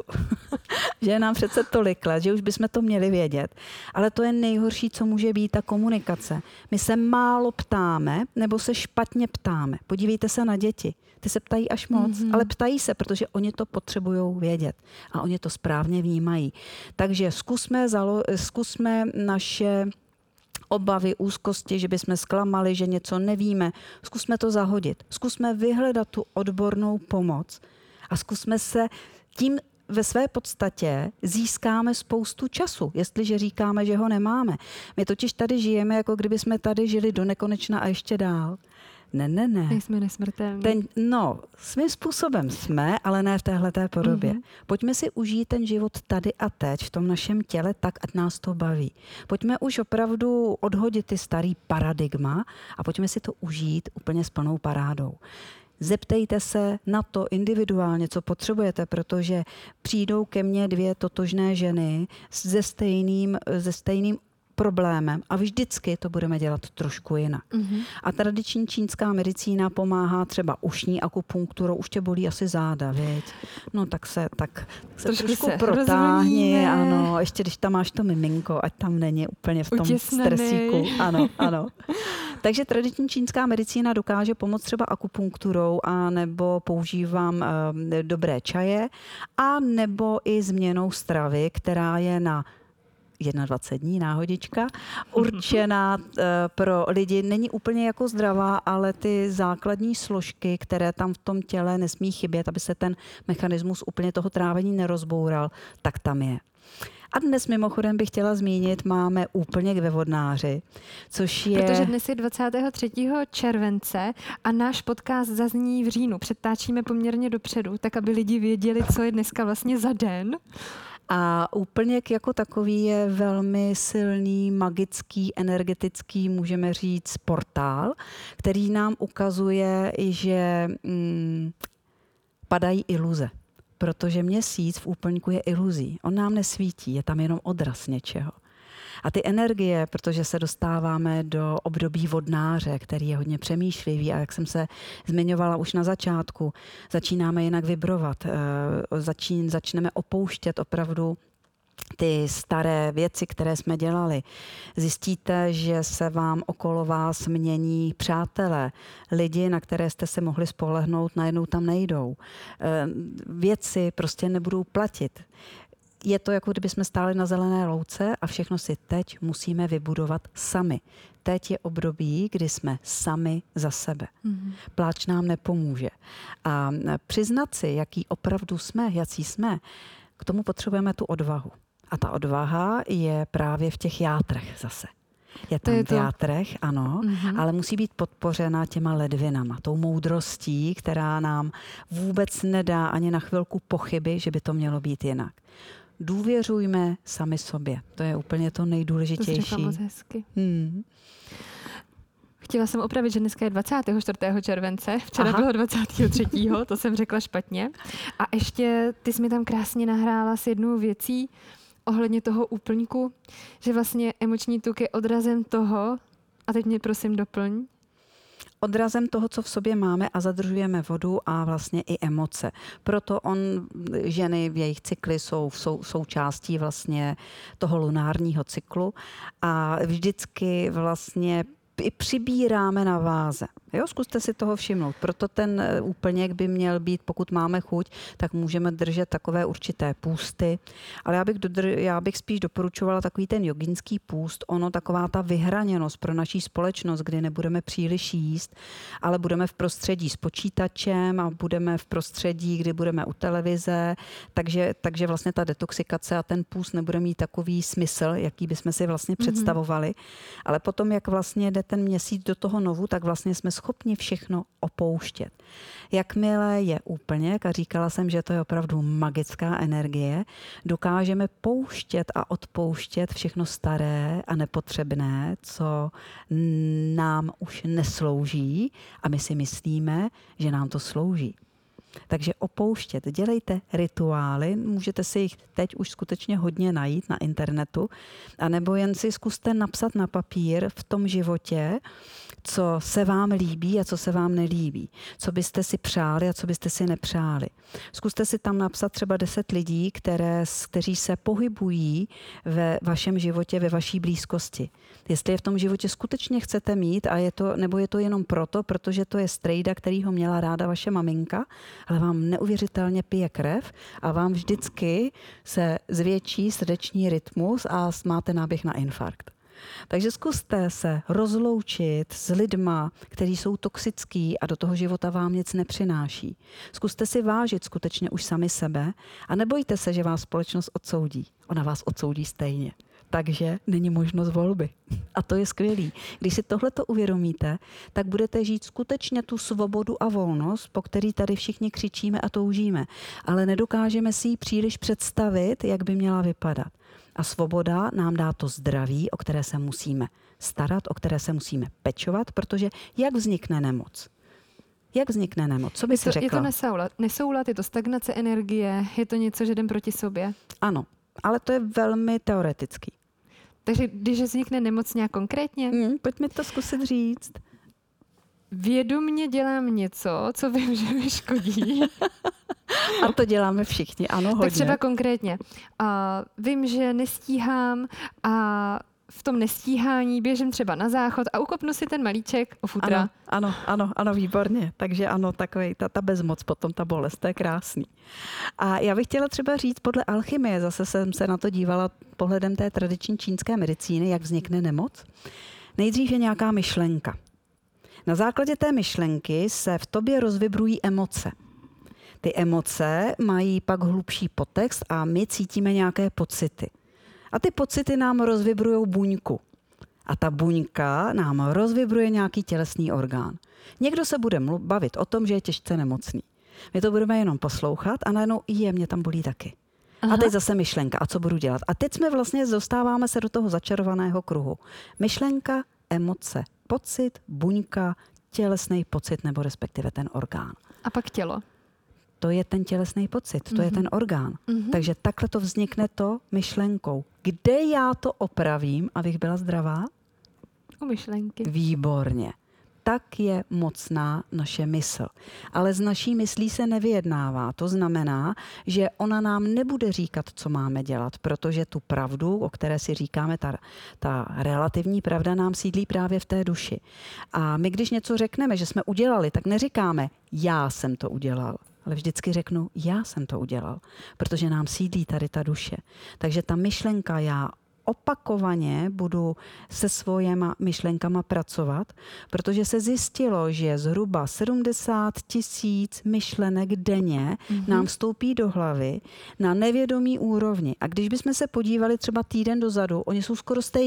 že je nám přece tolik let, že už bychom to měli vědět. Ale to je nejhorší, co může být, ta komunikace. My se málo ptáme, nebo se špatně ptáme. Podívejte se na děti. Ty se ptají až moc, ale ptají se, protože oni to potřebují vědět. A oni to správně vnímají. Takže zkusme naše obavy, úzkosti, že bychom zklamali, že něco nevíme. Zkusme to zahodit. Zkusme vyhledat tu odbornou pomoc a zkusme se tím ve své podstatě získáme spoustu času, jestliže říkáme, že ho nemáme. My totiž tady žijeme, jako kdyby jsme tady žili do nekonečna a ještě dál. Ne. Nejsme nesmrtelní. Svým způsobem jsme, ale ne v téhleté podobě. Pojďme si užít ten život tady a teď v tom našem těle tak, ať nás to baví. Pojďme už opravdu odhodit ty starý paradigma a pojďme si to užít úplně s plnou parádou. Zeptejte se na to individuálně, co potřebujete, protože přijdou ke mně 2 totožné ženy se stejným problémem a vždycky to budeme dělat trošku jinak. A tradiční čínská medicína pomáhá třeba ušní akupunkturou, už tě bolí asi záda, viď? No tak se trošku protáhni, ano, ještě když tam máš to miminko, ať tam není úplně v tom stresíku. Ano. Takže tradiční čínská medicína dokáže pomoct třeba akupunkturou a nebo používám dobré čaje a nebo i změnou stravy, která je na 21 dní, náhodička, určená pro lidi, není úplně jako zdravá, ale ty základní složky, které tam v tom těle nesmí chybět, aby se ten mechanismus úplně toho trávení nerozboural, tak tam je. A dnes mimochodem bych chtěla zmínit, máme úplněk ve Vodnáři, což je... Protože dnes je 23. července a náš podcast zazní v říjnu. Předtáčíme poměrně dopředu, tak aby lidi věděli, co je dneska vlastně za den. A úplněk jako takový je velmi silný, magický, energetický, můžeme říct, portál, který nám ukazuje, že padají iluze. Protože měsíc v úplňku je iluzí. On nám nesvítí, je tam jenom odraz něčeho. A ty energie, protože se dostáváme do období vodnáře, který je hodně přemýšlivý a jak jsem se zmiňovala už na začátku, začínáme jinak vibrovat. Začneme opouštět opravdu ty staré věci, které jsme dělali. Zjistíte, že se vám okolo vás mění přátelé. Lidi, na které jste se mohli spolehnout, najednou tam nejdou. Věci prostě nebudou platit. Je to, jako kdyby jsme stáli na zelené louce a všechno si teď musíme vybudovat sami. Teď je období, kdy jsme sami za sebe. Pláč nám nepomůže. A přiznat si, jaký opravdu jsme, jací jsme, k tomu potřebujeme tu odvahu. A ta odvaha je právě v těch játrech zase. Je tam v játrech, ano, ale musí být podpořena těma ledvinama, tou moudrostí, která nám vůbec nedá ani na chvilku pochyby, že by to mělo být jinak. Důvěřujme sami sobě. To je úplně to nejdůležitější. To jsi řekla moc hezky. Chtěla jsem opravit, že dneska je 24. července, včera bylo 23. To jsem řekla špatně. A ještě ty jsi mi tam krásně nahrála s jednou věcí ohledně toho úplňku, že vlastně emoční tuk je odrazem toho, a teď mě prosím doplň. Odrazem toho, co v sobě máme a zadržujeme vodu a vlastně i emoce. Proto ženy v jejich cykly jsou součástí vlastně toho lunárního cyklu a vždycky vlastně i přibíráme na váze. Jo, zkuste si toho všimnout. Proto ten úplněk by měl být, pokud máme chuť, tak můžeme držet takové určité půsty. Ale já bych spíš doporučovala takový ten jogínský půst. Ono taková ta vyhraněnost pro naší společnost, kdy nebudeme příliš jíst, ale budeme v prostředí s počítačem a budeme v prostředí, kdy budeme u televize. Takže vlastně ta detoxikace a ten půst nebude mít takový smysl, jaký bychom si vlastně představovali. Ale potom, jak vlastně jde ten měsíc do toho novu, tak vlastně jsme schopni všechno opouštět. Jakmile je úplněk, a říkala jsem, že to je opravdu magická energie, dokážeme pouštět a odpouštět všechno staré a nepotřebné, co nám už neslouží a my si myslíme, že nám to slouží. Takže opouštět, dělejte rituály, můžete si jich teď už skutečně hodně najít na internetu, anebo jen si zkuste napsat na papír v tom životě, co se vám líbí a co se vám nelíbí, co byste si přáli a co byste si nepřáli. Zkuste si tam napsat třeba 10 lidí, kteří se pohybují ve vašem životě, ve vaší blízkosti. Jestli je v tom životě skutečně chcete mít, nebo je to jenom proto, protože to je strejda, kterýho měla ráda vaše maminka, ale vám neuvěřitelně pije krev a vám vždycky se zvětší srdeční rytmus a máte náběh na infarkt. Takže zkuste se rozloučit s lidma, kteří jsou toxický a do toho života vám nic nepřináší. Zkuste si vážit skutečně už sami sebe a nebojte se, že vás společnost odsoudí. Ona vás odsoudí stejně. Takže není možnost volby. A to je skvělý. Když si tohleto uvědomíte, tak budete žít skutečně tu svobodu a volnost, po který tady všichni křičíme a toužíme. Ale nedokážeme si ji příliš představit, jak by měla vypadat. A svoboda nám dá to zdraví, o které se musíme starat, o které se musíme pečovat, protože jak vznikne nemoc? Jak vznikne nemoc? Co by si řekla? Je to nesoulad, je to stagnace energie, je to něco, že jdem proti sobě? Ano, ale to je velmi teoretický. Takže když vznikne nemoc nějak konkrétně? Pojďme to zkusit říct. Vědomě dělám něco, co vím, že mi škodí. A to děláme všichni, ano, hodně. Tak třeba konkrétně. Vím, že nestíhám a v tom nestíhání běžím třeba na záchod a ukopnu si ten malíček o futra. Ano, výborně. Takže ano, takovej, ta bezmoc, potom ta bolest, to je krásný. A já bych chtěla třeba říct, podle alchymie, zase jsem se na to dívala pohledem té tradiční čínské medicíny, jak vznikne nemoc. Nejdřív je nějaká myšlenka. Na základě té myšlenky se v tobě rozvibrují emoce. Ty emoce mají pak hlubší podtext a my cítíme nějaké pocity. A ty pocity nám rozvibrujou buňku. A ta buňka nám rozvibruje nějaký tělesný orgán. Někdo se bude bavit o tom, že je těžce nemocný. My to budeme jenom poslouchat a najednou mě tam bolí taky. Aha. A teď zase myšlenka. A co budu dělat? A teď jsme vlastně dostáváme se do toho začarovaného kruhu. Myšlenka, emoce, pocit, buňka, tělesný pocit nebo respektive ten orgán. A pak tělo. To je ten tělesný pocit, to je ten orgán. Takže takhle to vznikne to myšlenkou. Kde já to opravím, abych byla zdravá? U myšlenky. Výborně. Tak je mocná naše mysl. Ale z naší myslí se nevyjednává. To znamená, že ona nám nebude říkat, co máme dělat, protože tu pravdu, o které si říkáme, ta relativní pravda nám sídlí právě v té duši. A my, když něco řekneme, že jsme udělali, tak neříkáme, já jsem to udělal. Ale vždycky řeknu, já jsem to udělal, protože nám sídlí tady ta duše. Takže ta myšlenka, já opakovaně budu se svojima myšlenkama pracovat, protože se zjistilo, že zhruba 70 000 myšlenek denně nám vstoupí do hlavy na nevědomý úrovni. A když bychom se podívali třeba týden dozadu, oni jsou skoro stejný.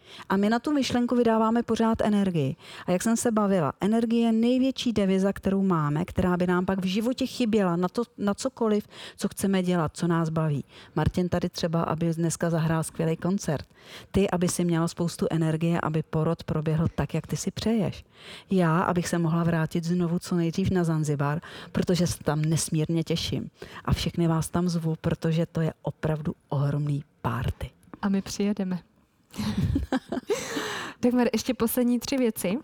A my na tu myšlenku vydáváme pořád energii. A jak jsem se bavila, energie je největší deviza, kterou máme, která by nám pak v životě chyběla na cokoliv, co chceme dělat, co nás baví. Martin tady třeba, aby dneska zahrál skvělý koncert. Ty, aby si měla spoustu energie, aby porod proběhl tak, jak ty si přeješ. Já, abych se mohla vrátit znovu co nejdřív na Zanzibar, protože se tam nesmírně těším. A všechny vás tam zvu, protože to je opravdu ohromný party. A my přijedeme. Dagmar, ještě poslední 3 věci.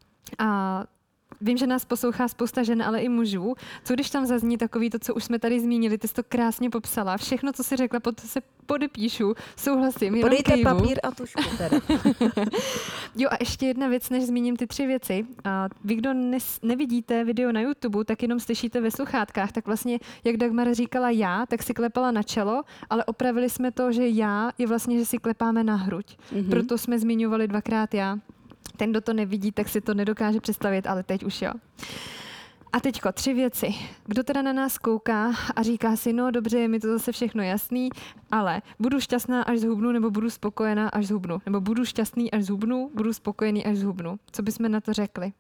A vím, že nás poslouchá spousta žen, ale i mužů. Co když tam zazní takový to, co už jsme tady zmínili, ty jsi to krásně popsala. Všechno, co jsi řekla, pod to se podepíšu, souhlasím, jenom Podejte kejvu. papír a tušku teda. Jo, a ještě jedna věc, než zmíním ty 3 věci. A vy, kdo nevidíte video na YouTube, tak jenom slyšíte ve sluchátkách. Tak vlastně, jak Dagmar říkala já, tak si klepala na čelo, ale opravili jsme to, že já je vlastně, že si klepáme na hruď. Proto jsme zmiňovali 2krát já. Ten, kdo to nevidí, tak si to nedokáže představit, ale teď už jo. A teďko 3 věci. Kdo teda na nás kouká a říká si, no dobře, je mi to zase všechno jasný, ale budu šťastná, až zhubnu, nebo budu spokojená, až zhubnu. Nebo budu šťastný, až zhubnu, budu spokojený, až zhubnu. Co bychom na to řekli?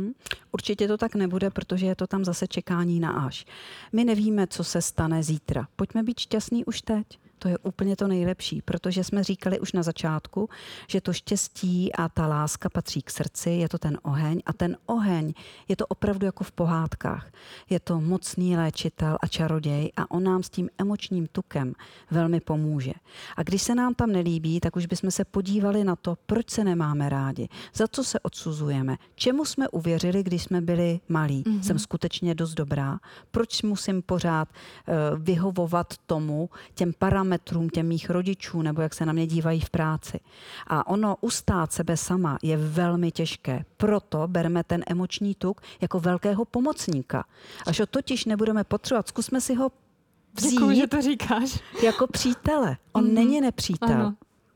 Určitě to tak nebude, protože je to tam zase čekání na až. My nevíme, co se stane zítra. Pojďme být šťastní už teď. To je úplně to nejlepší, protože jsme říkali už na začátku, že to štěstí a ta láska patří k srdci, je to ten oheň a ten oheň je to opravdu jako v pohádkách. Je to mocný léčitel a čaroděj a on nám s tím emočním tukem velmi pomůže. A když se nám tam nelíbí, tak už bychom se podívali na to, proč se nemáme rádi, za co se odsuzujeme, čemu jsme uvěřili, když jsme byli malí. Jsem skutečně dost dobrá, proč musím pořád vyhovovat tomu, těm parametrům, těm mých rodičů, nebo jak se na mě dívají v práci. A ono ustát sebe sama je velmi těžké. Proto berme ten emoční tuk jako velkého pomocníka. Až ho totiž nebudeme potřebovat, zkusme si ho vzít. Děkuji, že to říkáš. Jako přítele. On není nepřítel. Ano.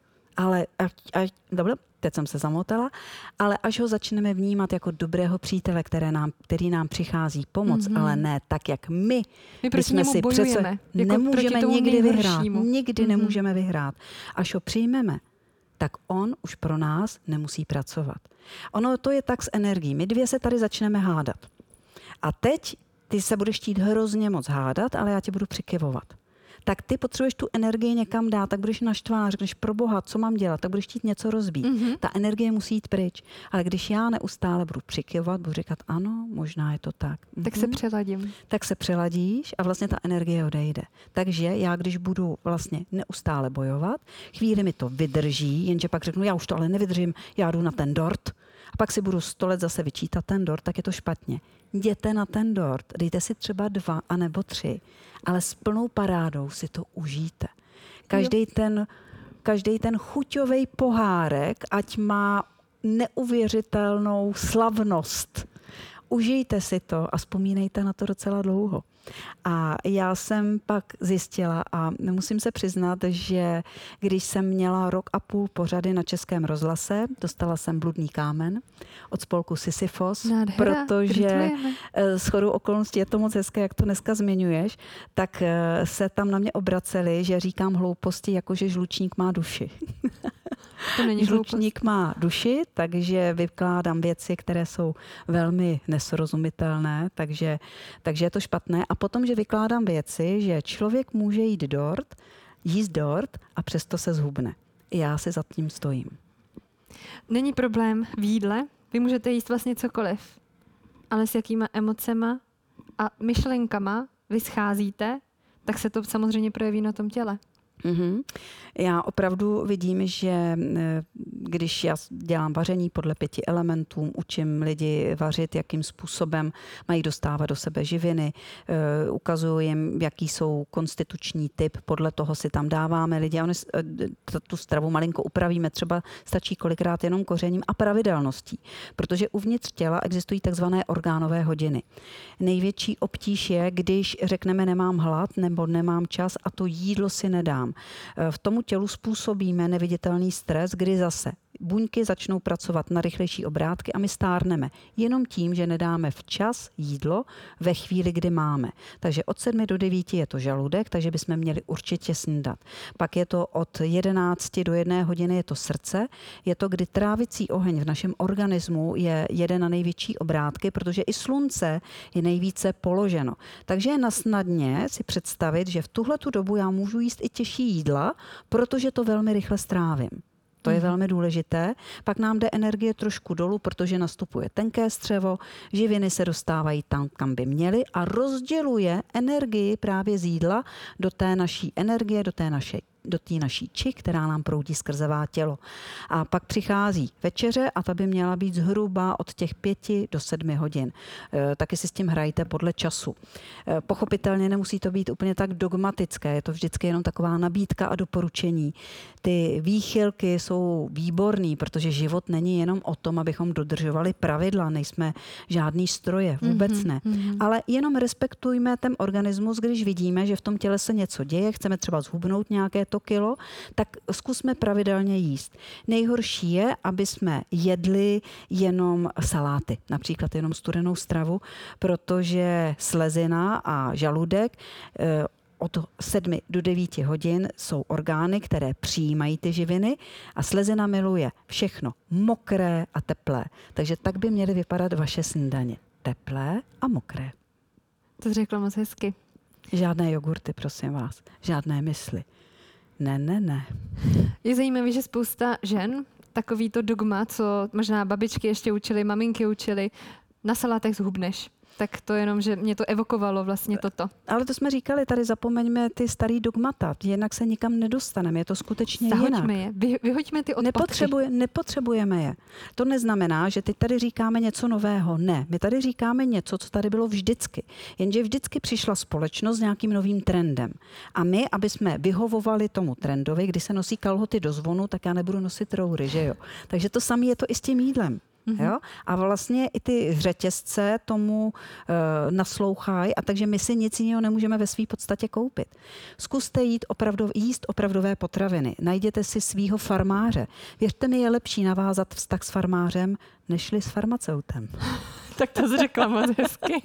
Ale dobře, teď jsem se zamotala, ale až ho začneme vnímat jako dobrého přítele, který nám přichází pomoc, ale ne tak, jak my proti němu si bojujeme. Jako nemůžeme nikdy vyhrát. Nikdy Mhm. nemůžeme vyhrát. Až ho přijmeme, tak on už pro nás nemusí pracovat. Ono to je tak s energií. My 2 se tady začneme hádat. A teď ty se budeš chtít hrozně moc hádat, ale já tě budu přikyvovat. Tak ty potřebuješ tu energii někam dát, tak budeš naštvaná, řekneš, pro Boha, co mám dělat, tak budeš chtít něco rozbít. Ta energie musí jít pryč. Ale když já neustále budu přikyvovat, budu říkat, ano, možná je to tak. Tak se přeladím. Tak se přeladíš a vlastně ta energie odejde. Takže já, když budu vlastně neustále bojovat, chvíli mi to vydrží, jenže pak řeknu, já už to ale nevydržím, já jdu na ten dort a pak si budu 100 let zase vyčítat ten dort, tak je to špatně. Jděte na ten dort, dejte si třeba 2 anebo 3, ale s plnou parádou si to užijte. Každý ten chuťový pohárek, ať má neuvěřitelnou slavnost. Užijte si to a vzpomínejte na to docela dlouho. A já jsem pak zjistila a musím se přiznat, že když jsem měla 1,5 roku pořady na Českém rozhlase, dostala jsem Bludný kámen od spolku Sisyfos, protože shodou okolností je to moc hezké, jak to dneska zmiňuješ, tak se tam na mě obraceli, že říkám hlouposti, jakože žlučník má duši. To není žlučník má duši, takže vykládám věci, které jsou velmi nesrozumitelné, takže je to špatné. A potom, že vykládám věci, že člověk může jíst dort a přesto se zhubne. Já si za tím stojím. Není problém v jídle. Vy můžete jíst vlastně cokoliv. Ale s jakýma emocema a myšlenkama vy scházíte, tak se to samozřejmě projeví na tom těle. Já opravdu vidím, že když já dělám vaření podle 5 elementů, učím lidi vařit, jakým způsobem mají dostávat do sebe živiny, ukazuju jim, jaký jsou konstituční typ, podle toho si tam dáváme lidi a tu stravu malinko upravíme, třeba stačí kolikrát jenom kořením a pravidelností, protože uvnitř těla existují takzvané orgánové hodiny. Největší obtíž je, když řekneme nemám hlad nebo nemám čas a to jídlo si nedám. V tomu tělu způsobíme neviditelný stres, kdy zase buňky začnou pracovat na rychlejší obrátky a my stárneme. Jenom tím, že nedáme včas jídlo ve chvíli, kdy máme. Takže od 7 do 9 je to žaludek, takže bychom měli určitě snídat. Pak je to od 11 do 1 hodiny je to srdce. Je to, kdy trávicí oheň v našem organismu jede na největší obrátky, protože i slunce je nejvíce položeno. Takže je nasnadně si představit, že v tuhletu dobu já můžu jíst i těžší jídla, protože to velmi rychle strávím. To je velmi důležité. Pak nám jde energie trošku dolů, protože nastupuje tenké střevo, živiny se dostávají tam, kam by měly a rozděluje energii právě z jídla do té naší energie, do té naší či, která nám proudí skrzevá tělo. A pak přichází večeře a ta by měla být zhruba od těch 5 do 7 hodin. Taky si s tím hrajte podle času. Pochopitelně nemusí to být úplně tak dogmatické, je to vždycky jenom taková nabídka a doporučení. Ty výchylky jsou výborný, protože život není jenom o tom, abychom dodržovali pravidla, nejsme žádný stroje, vůbec ne. Ale jenom respektujme ten organismus, když vidíme, že v tom těle se něco děje, chceme třeba zhubnout nějaké to kilo, tak zkusme pravidelně jíst. Nejhorší je, aby jsme jedli jenom saláty, například jenom studenou stravu, protože slezina a žaludek od 7 do 9 hodin jsou orgány, které přijímají ty živiny a slezina miluje všechno mokré a teplé. Takže tak by měly vypadat vaše snídaně. Teplé a mokré. To řekla moc hezky. Žádné jogurty, prosím vás. Žádné mysli. Ne. Je zajímavé, že spousta žen, takový to dogma, co možná babičky ještě učily, maminky učily, na salátech zhubneš. Tak to jenom, že mě to evokovalo vlastně toto. Ale to jsme říkali, tady zapomeňme ty starý dogmata, jinak se nikam nedostaneme, je to skutečně Zahoďme jinak. je, vyhoďme ty odpadky. Nepotřebujeme je. To neznamená, že teď tady říkáme něco nového. Ne, my tady říkáme něco, co tady bylo vždycky. Jenže vždycky přišla společnost s nějakým novým trendem. A my, aby jsme vyhovovali tomu trendovi, kdy se nosí kalhoty do zvonu, tak já nebudu nosit roury, že jo? Takže to samé je to i s tím jídlem. Jo? A vlastně i ty řetězce tomu naslouchají a takže my si nic jiného nemůžeme ve své podstatě koupit. Zkuste jíst opravdové potraviny. Najděte si svýho farmáře. Věřte mi, je lepší navázat vztah s farmářem, nežli s farmaceutem. Tak to jsi řekla moc hezky.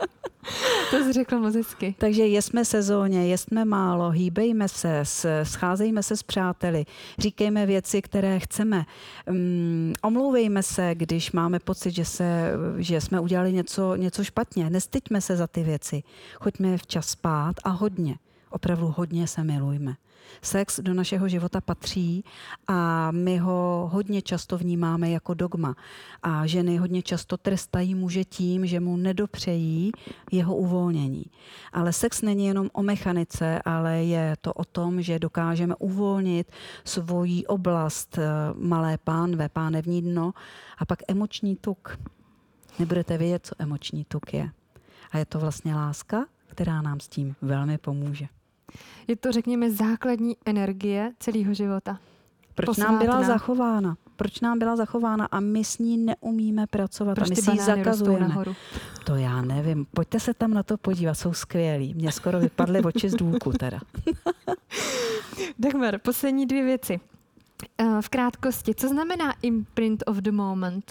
Takže jesme sezóně, jesme málo, hýbejme se, scházejme se s přáteli, říkejme věci, které chceme. Omlouvejme se, když máme pocit, že jsme udělali něco špatně. Nestyďme se za ty věci. Choďme včas spát a hodně. Opravdu hodně se milujme. Sex do našeho života patří a my ho hodně často vnímáme jako dogma. A ženy hodně často trestají muže tím, že mu nedopřejí jeho uvolnění. Ale sex není jenom o mechanice, ale je to o tom, že dokážeme uvolnit svoji oblast, malé pánve, pánevní dno a pak emoční tuk. Nebudete vědět, co emoční tuk je. A je to vlastně láska, která nám s tím velmi pomůže. Je to, řekněme, základní energie celého života. Proč nám byla zachována a my s ní neumíme pracovat. Proč a my ty si ji zakazujeme. nahoru? To já nevím. Pojďte se tam na to podívat, jsou skvělí. Mně skoro vypadly oči z důlku teda. Dagmar, poslední 2 věci. V krátkosti, co znamená imprint of the moment?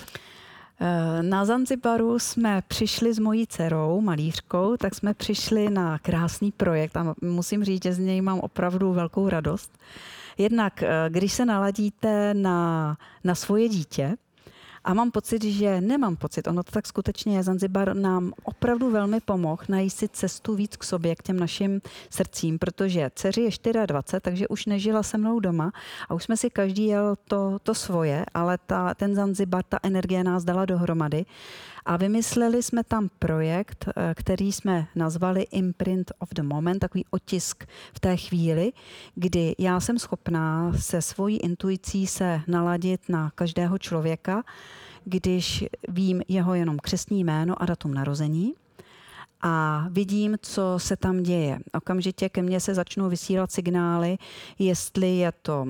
Na Zanzibaru jsme přišli s mojí dcerou, malířkou, tak jsme přišli na krásný projekt a musím říct, že z něj mám opravdu velkou radost. Jednak, když se naladíte na svoje dítě, a nemám pocit, ono to tak skutečně je, Zanzibar nám opravdu velmi pomohl najít si cestu víc k sobě, k těm našim srdcím, protože dceři je 24, takže už nežila se mnou doma a už jsme si každý jel to svoje, ale ten Zanzibar, ta energie nás dala dohromady. A vymysleli jsme tam projekt, který jsme nazvali Imprint of the Moment, takový otisk v té chvíli, kdy já jsem schopná se svojí intuicí se naladit na každého člověka, když vím jeho jenom křestní jméno a datum narození a vidím, co se tam děje. Okamžitě ke mně se začnou vysílat signály, jestli je to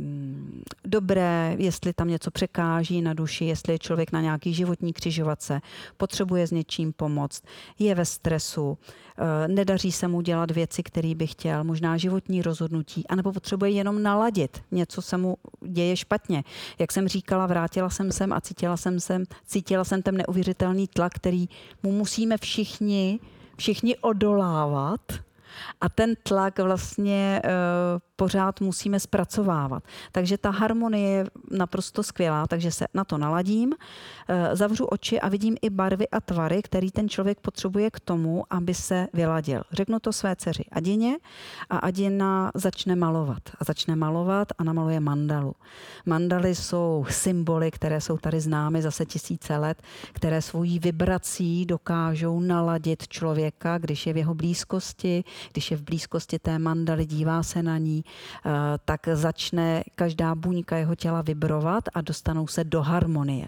dobré, jestli tam něco překáží na duši, jestli je člověk na nějaký životní křižovatce, potřebuje s něčím pomoct, je ve stresu, nedaří se mu dělat věci, které by chtěl, možná životní rozhodnutí, anebo potřebuje jenom naladit, něco se mu děje špatně. Jak jsem říkala, vrátila jsem sem a cítila jsem ten neuvěřitelný tlak, který mu musíme všichni odolávat. A ten tlak vlastně pořád musíme zpracovávat. Takže ta harmonie je naprosto skvělá, takže se na to naladím, zavřu oči a vidím i barvy a tvary, který ten člověk potřebuje k tomu, aby se vyladil. Řeknu to své dceři Adině a Adina začne malovat. A začne malovat a namaluje mandalu. Mandaly jsou symboly, které jsou tady známy zase tisíce let, které svojí vibrací dokážou naladit člověka, když je v jeho blízkosti, když je v blízkosti té mandaly, dívá se na ní, tak začne každá buňka jeho těla vibrovat a dostanou se do harmonie.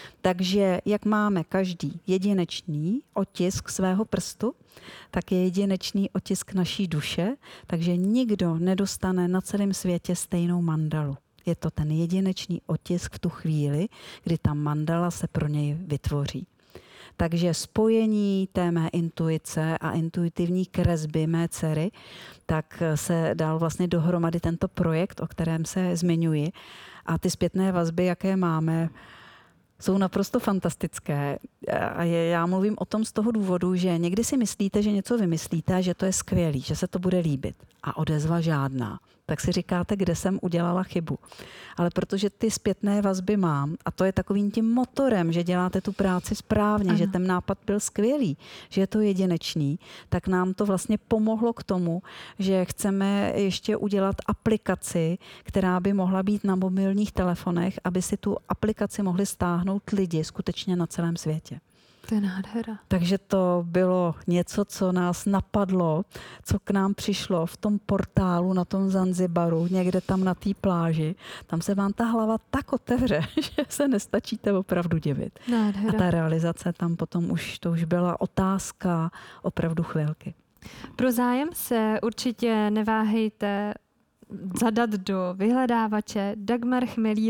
Takže jak máme každý jedinečný otisk svého prstu, tak je jedinečný otisk naší duše, takže nikdo nedostane na celém světě stejnou mandalu. Je to ten jedinečný otisk v tu chvíli, kdy ta mandala se pro něj vytvoří. Takže spojení té mé intuice a intuitivní kresby mé dcery, tak se dal vlastně dohromady tento projekt, o kterém se zmiňuji. A ty zpětné vazby, jaké máme, jsou naprosto fantastické. A já mluvím o tom z toho důvodu, že někdy si myslíte, že něco vymyslíte, že to je skvělý, že se to bude líbit. A odezva žádná. Tak si říkáte, kde jsem udělala chybu. Ale protože ty zpětné vazby mám, a to je takovým tím motorem, že děláte tu práci správně, že ten nápad byl skvělý, že je to jedinečný, tak nám to vlastně pomohlo k tomu, že chceme ještě udělat aplikaci, která by mohla být na mobilních telefonech, aby si tu aplikaci mohli stáhnout lidi skutečně na celém světě. To je nádhera. Takže to bylo něco, co nás napadlo, co k nám přišlo v tom portálu na tom Zanzibaru, někde tam na té pláži. Tam se vám ta hlava tak otevře, že se nestačíte opravdu divit. Nádhera. A ta realizace tam potom to už byla otázka opravdu chvilky. Pro zájem se určitě neváhejte zadat do vyhledávače Dagmar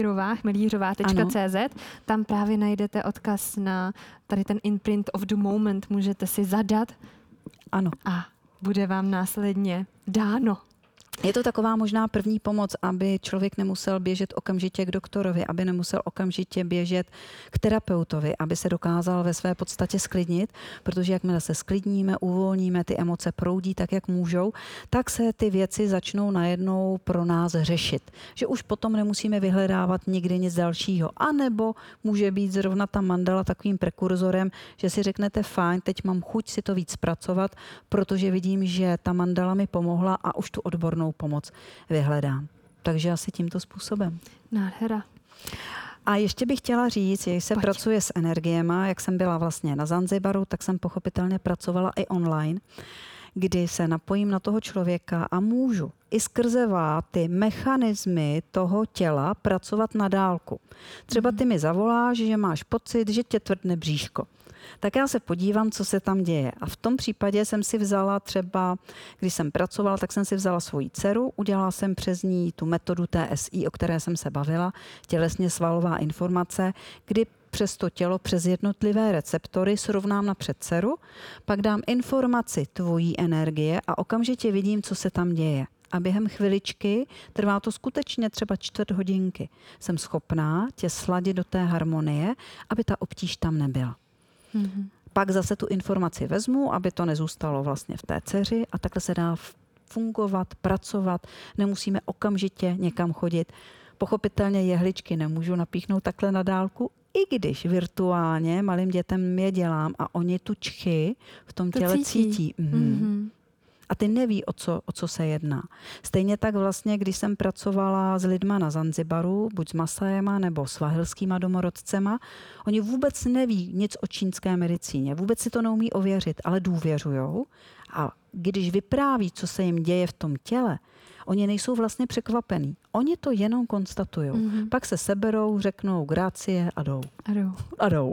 chmelířová.cz. Tam právě najdete odkaz na tady ten imprint of the moment. Můžete si zadat. Ano. A bude vám následně dáno. Je to taková možná první pomoc, aby člověk nemusel běžet okamžitě k doktorovi, aby nemusel okamžitě běžet k terapeutovi, aby se dokázal ve své podstatě sklidnit, protože jakmile se sklidníme, uvolníme, ty emoce proudí tak, jak můžou, tak se ty věci začnou najednou pro nás řešit. Že už potom nemusíme vyhledávat nikdy nic dalšího. A nebo může být zrovna ta mandala takovým prekurzorem, že si řeknete fajn, teď mám chuť si to víc zpracovat, protože vidím, že ta mandala mi pomohla a už tu odbornou pomoc vyhledám. Takže asi tímto způsobem. Nádhera. A ještě bych chtěla říct, že se pracuje s energiema, jak jsem byla vlastně na Zanzibaru, tak jsem pochopitelně pracovala i online, kdy se napojím na toho člověka a můžu i skrze ty mechanismy toho těla pracovat na dálku. Třeba ty mi zavoláš, že máš pocit, že tě tvrdne bříško. Tak já se podívám, co se tam děje. A v tom případě jsem si vzala třeba, když jsem pracovala, tak jsem si vzala svoji dceru, udělala jsem přes ní tu metodu TSI, o které jsem se bavila, tělesně svalová informace, kdy přes to tělo, přes jednotlivé receptory srovnám na předceru, pak dám informaci tvojí energie a okamžitě vidím, co se tam děje. A během chviličky, trvá to skutečně třeba 4 hodinky, jsem schopná tě sladit do té harmonie, aby ta obtíž tam nebyla. Mm-hmm. Pak zase tu informaci vezmu, aby to nezůstalo vlastně v té dceři a takhle se dá fungovat, pracovat, nemusíme okamžitě někam chodit. Pochopitelně jehličky nemůžu napíchnout takhle na dálku, i když virtuálně malým dětem je dělám a oni tu čchy v tom těle cítí. Mm-hmm. A ty neví, o co se jedná. Stejně tak vlastně, když jsem pracovala s lidma na Zanzibaru, buď s Masajema nebo s svahilskýma domorodcema, oni vůbec neví nic o čínské medicíně, vůbec si to neumí ověřit, ale důvěřujou. A když vypráví, co se jim děje v tom těle, oni nejsou vlastně překvapení. Oni to jenom konstatují. Mm-hmm. Pak se seberou, řeknou gracie a jdou. A jdou.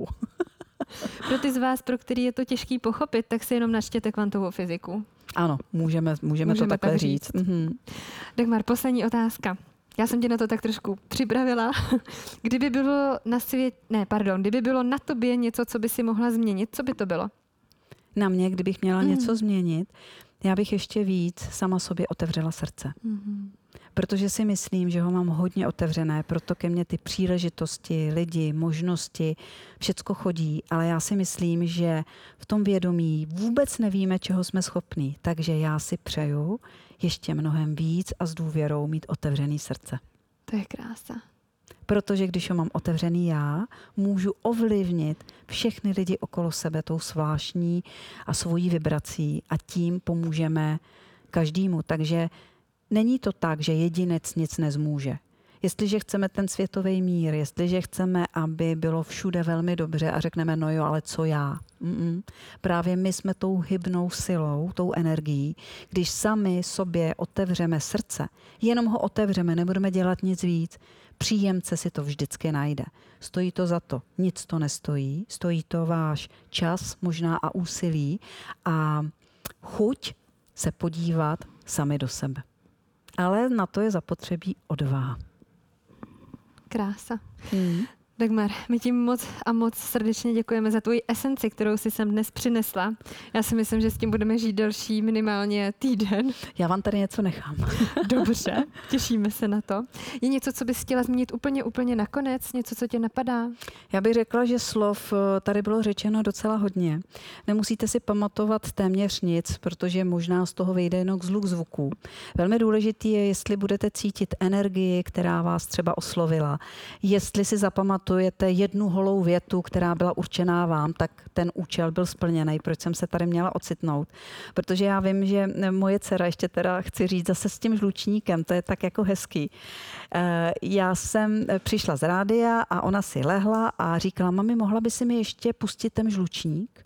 Pro ty z vás, pro který je to těžký pochopit, tak si jenom načtěte kvantovou fyziku. Ano, můžeme to takhle říct. Mm-hmm. Dagmar, poslední otázka. Já jsem tě na to tak trošku připravila. Kdyby bylo na tobě něco, co by si mohla změnit, co by to bylo? Na mě, kdybych měla něco změnit, já bych ještě víc sama sobě otevřela srdce. Mm-hmm. protože si myslím, že ho mám hodně otevřené, proto ke mně ty příležitosti, lidi, možnosti, všecko chodí, ale já si myslím, že v tom vědomí vůbec nevíme, čeho jsme schopní, takže já si přeju ještě mnohem víc a s důvěrou mít otevřený srdce. To je krása. Protože když ho mám otevřený já, můžu ovlivnit všechny lidi okolo sebe tou zvláštní a svojí vibrací a tím pomůžeme každému. Takže není to tak, že jedinec nic nezmůže. Jestliže chceme ten světový mír, jestliže chceme, aby bylo všude velmi dobře a řekneme, no jo, ale co já? Právě my jsme tou hybnou silou, tou energií, když sami sobě otevřeme srdce, jenom ho otevřeme, nebudeme dělat nic víc, příjemce si to vždycky najde. Stojí to za to, nic to nestojí, stojí to váš čas možná a úsilí a chuť se podívat sami do sebe. Ale na to je zapotřebí odvaha. Krása. Dagmar, my ti moc a moc srdečně děkujeme za tvoji esenci, kterou jsi sem dnes přinesla. Já si myslím, že s tím budeme žít další minimálně týden. Já vám tady něco nechám. Dobře, těšíme se na to. Je něco, co bys chtěla zmínit úplně nakonec? Něco, co tě napadá? Já bych řekla, že slov tady bylo řečeno docela hodně. Nemusíte si pamatovat téměř nic, protože možná z toho vyjde jenom zhluk zvuků. Velmi důležitý je, jestli budete cítit energii, která vás třeba oslovila. Jestli si zapamatujete jednu holou větu, která byla určená vám, tak ten účel byl splněný. Proč jsem se tady měla ocitnout? Protože já vím, že moje dcera, ještě teda chci říct zase s tím žlučníkem, to je tak jako hezký. Já jsem přišla z rádia a ona si lehla a říkala, mami, mohla by si mi ještě pustit ten žlučník?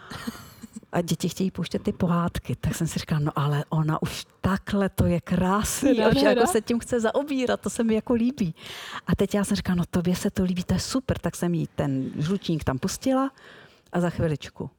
A děti chtějí pouštět ty pohádky. Tak jsem si říkala, no ale ona už takhle, to je krásný. A už jako se tím chce zaobírat, to se mi jako líbí. A teď já jsem říkala, no tobě se to líbí, to je super. Tak jsem jí ten žlučník tam pustila a za chviličku.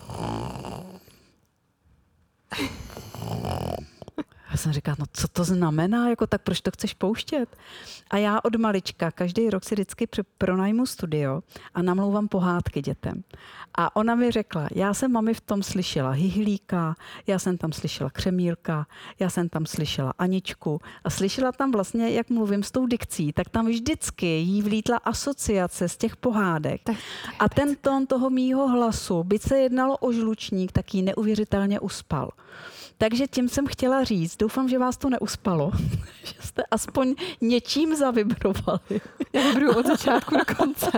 Já jsem říkala, no co to znamená, jako tak proč to chceš pouštět? A já od malička každý rok si vždycky pronajmu studio a namlouvám pohádky dětem. A ona mi řekla, já jsem mami v tom slyšela Hyhlíka, já jsem tam slyšela Křemírka, já jsem tam slyšela Aničku a slyšela tam vlastně, jak mluvím s tou dikcí, tak tam vždycky jí vlítla asociace z těch pohádek. A ten tón toho mýho hlasu, byť se jednalo o žlučník, tak jí neuvěřitelně uspal. Takže tím jsem chtěla říct, doufám, že vás to neuspalo, že jste aspoň něčím zavibrovali. Já vibruju od začátku do konce.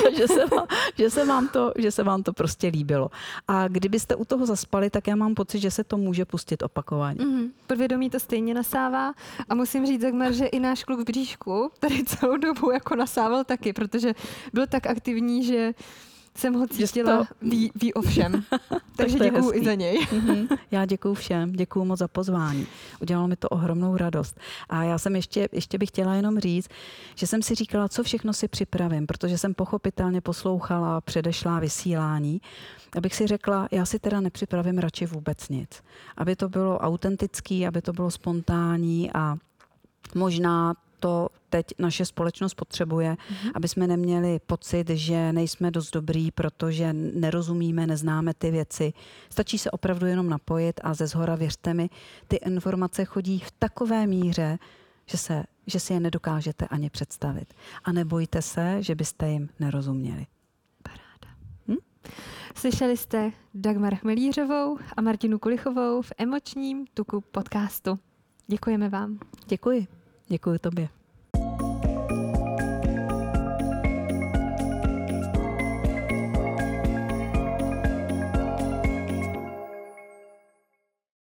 že se vám to prostě líbilo. A kdybyste u toho zaspali, tak já mám pocit, že se to může pustit opakovaně. Podvědomí to stejně nasává a musím říct, Dagmar, že i náš kluk v bříšku tady celou dobu jako nasával taky, protože byl tak aktivní, že jsem ho cítila, ví o všem. Takže děkuju i za něj. Já děkuju všem, děkuju moc za pozvání. Udělalo mi to ohromnou radost. A já jsem ještě bych chtěla jenom říct, že jsem si říkala, co všechno si připravím, protože jsem pochopitelně poslouchala předešlá vysílání. Abych si řekla, já si teda nepřipravím radši vůbec nic. Aby to bylo autentický, aby to bylo spontánní a možná to teď naše společnost potřebuje, aby jsme neměli pocit, že nejsme dost dobrý, protože nerozumíme, neznáme ty věci. Stačí se opravdu jenom napojit a ze zhora, věřte mi, ty informace chodí v takové míře, že si je nedokážete ani představit. A nebojte se, že byste jim nerozuměli. Paráda. Slyšeli jste Dagmar Chmelířovou a Martinu Kulichovou v Emočním tuku podcastu. Děkujeme vám. Děkuji tobě.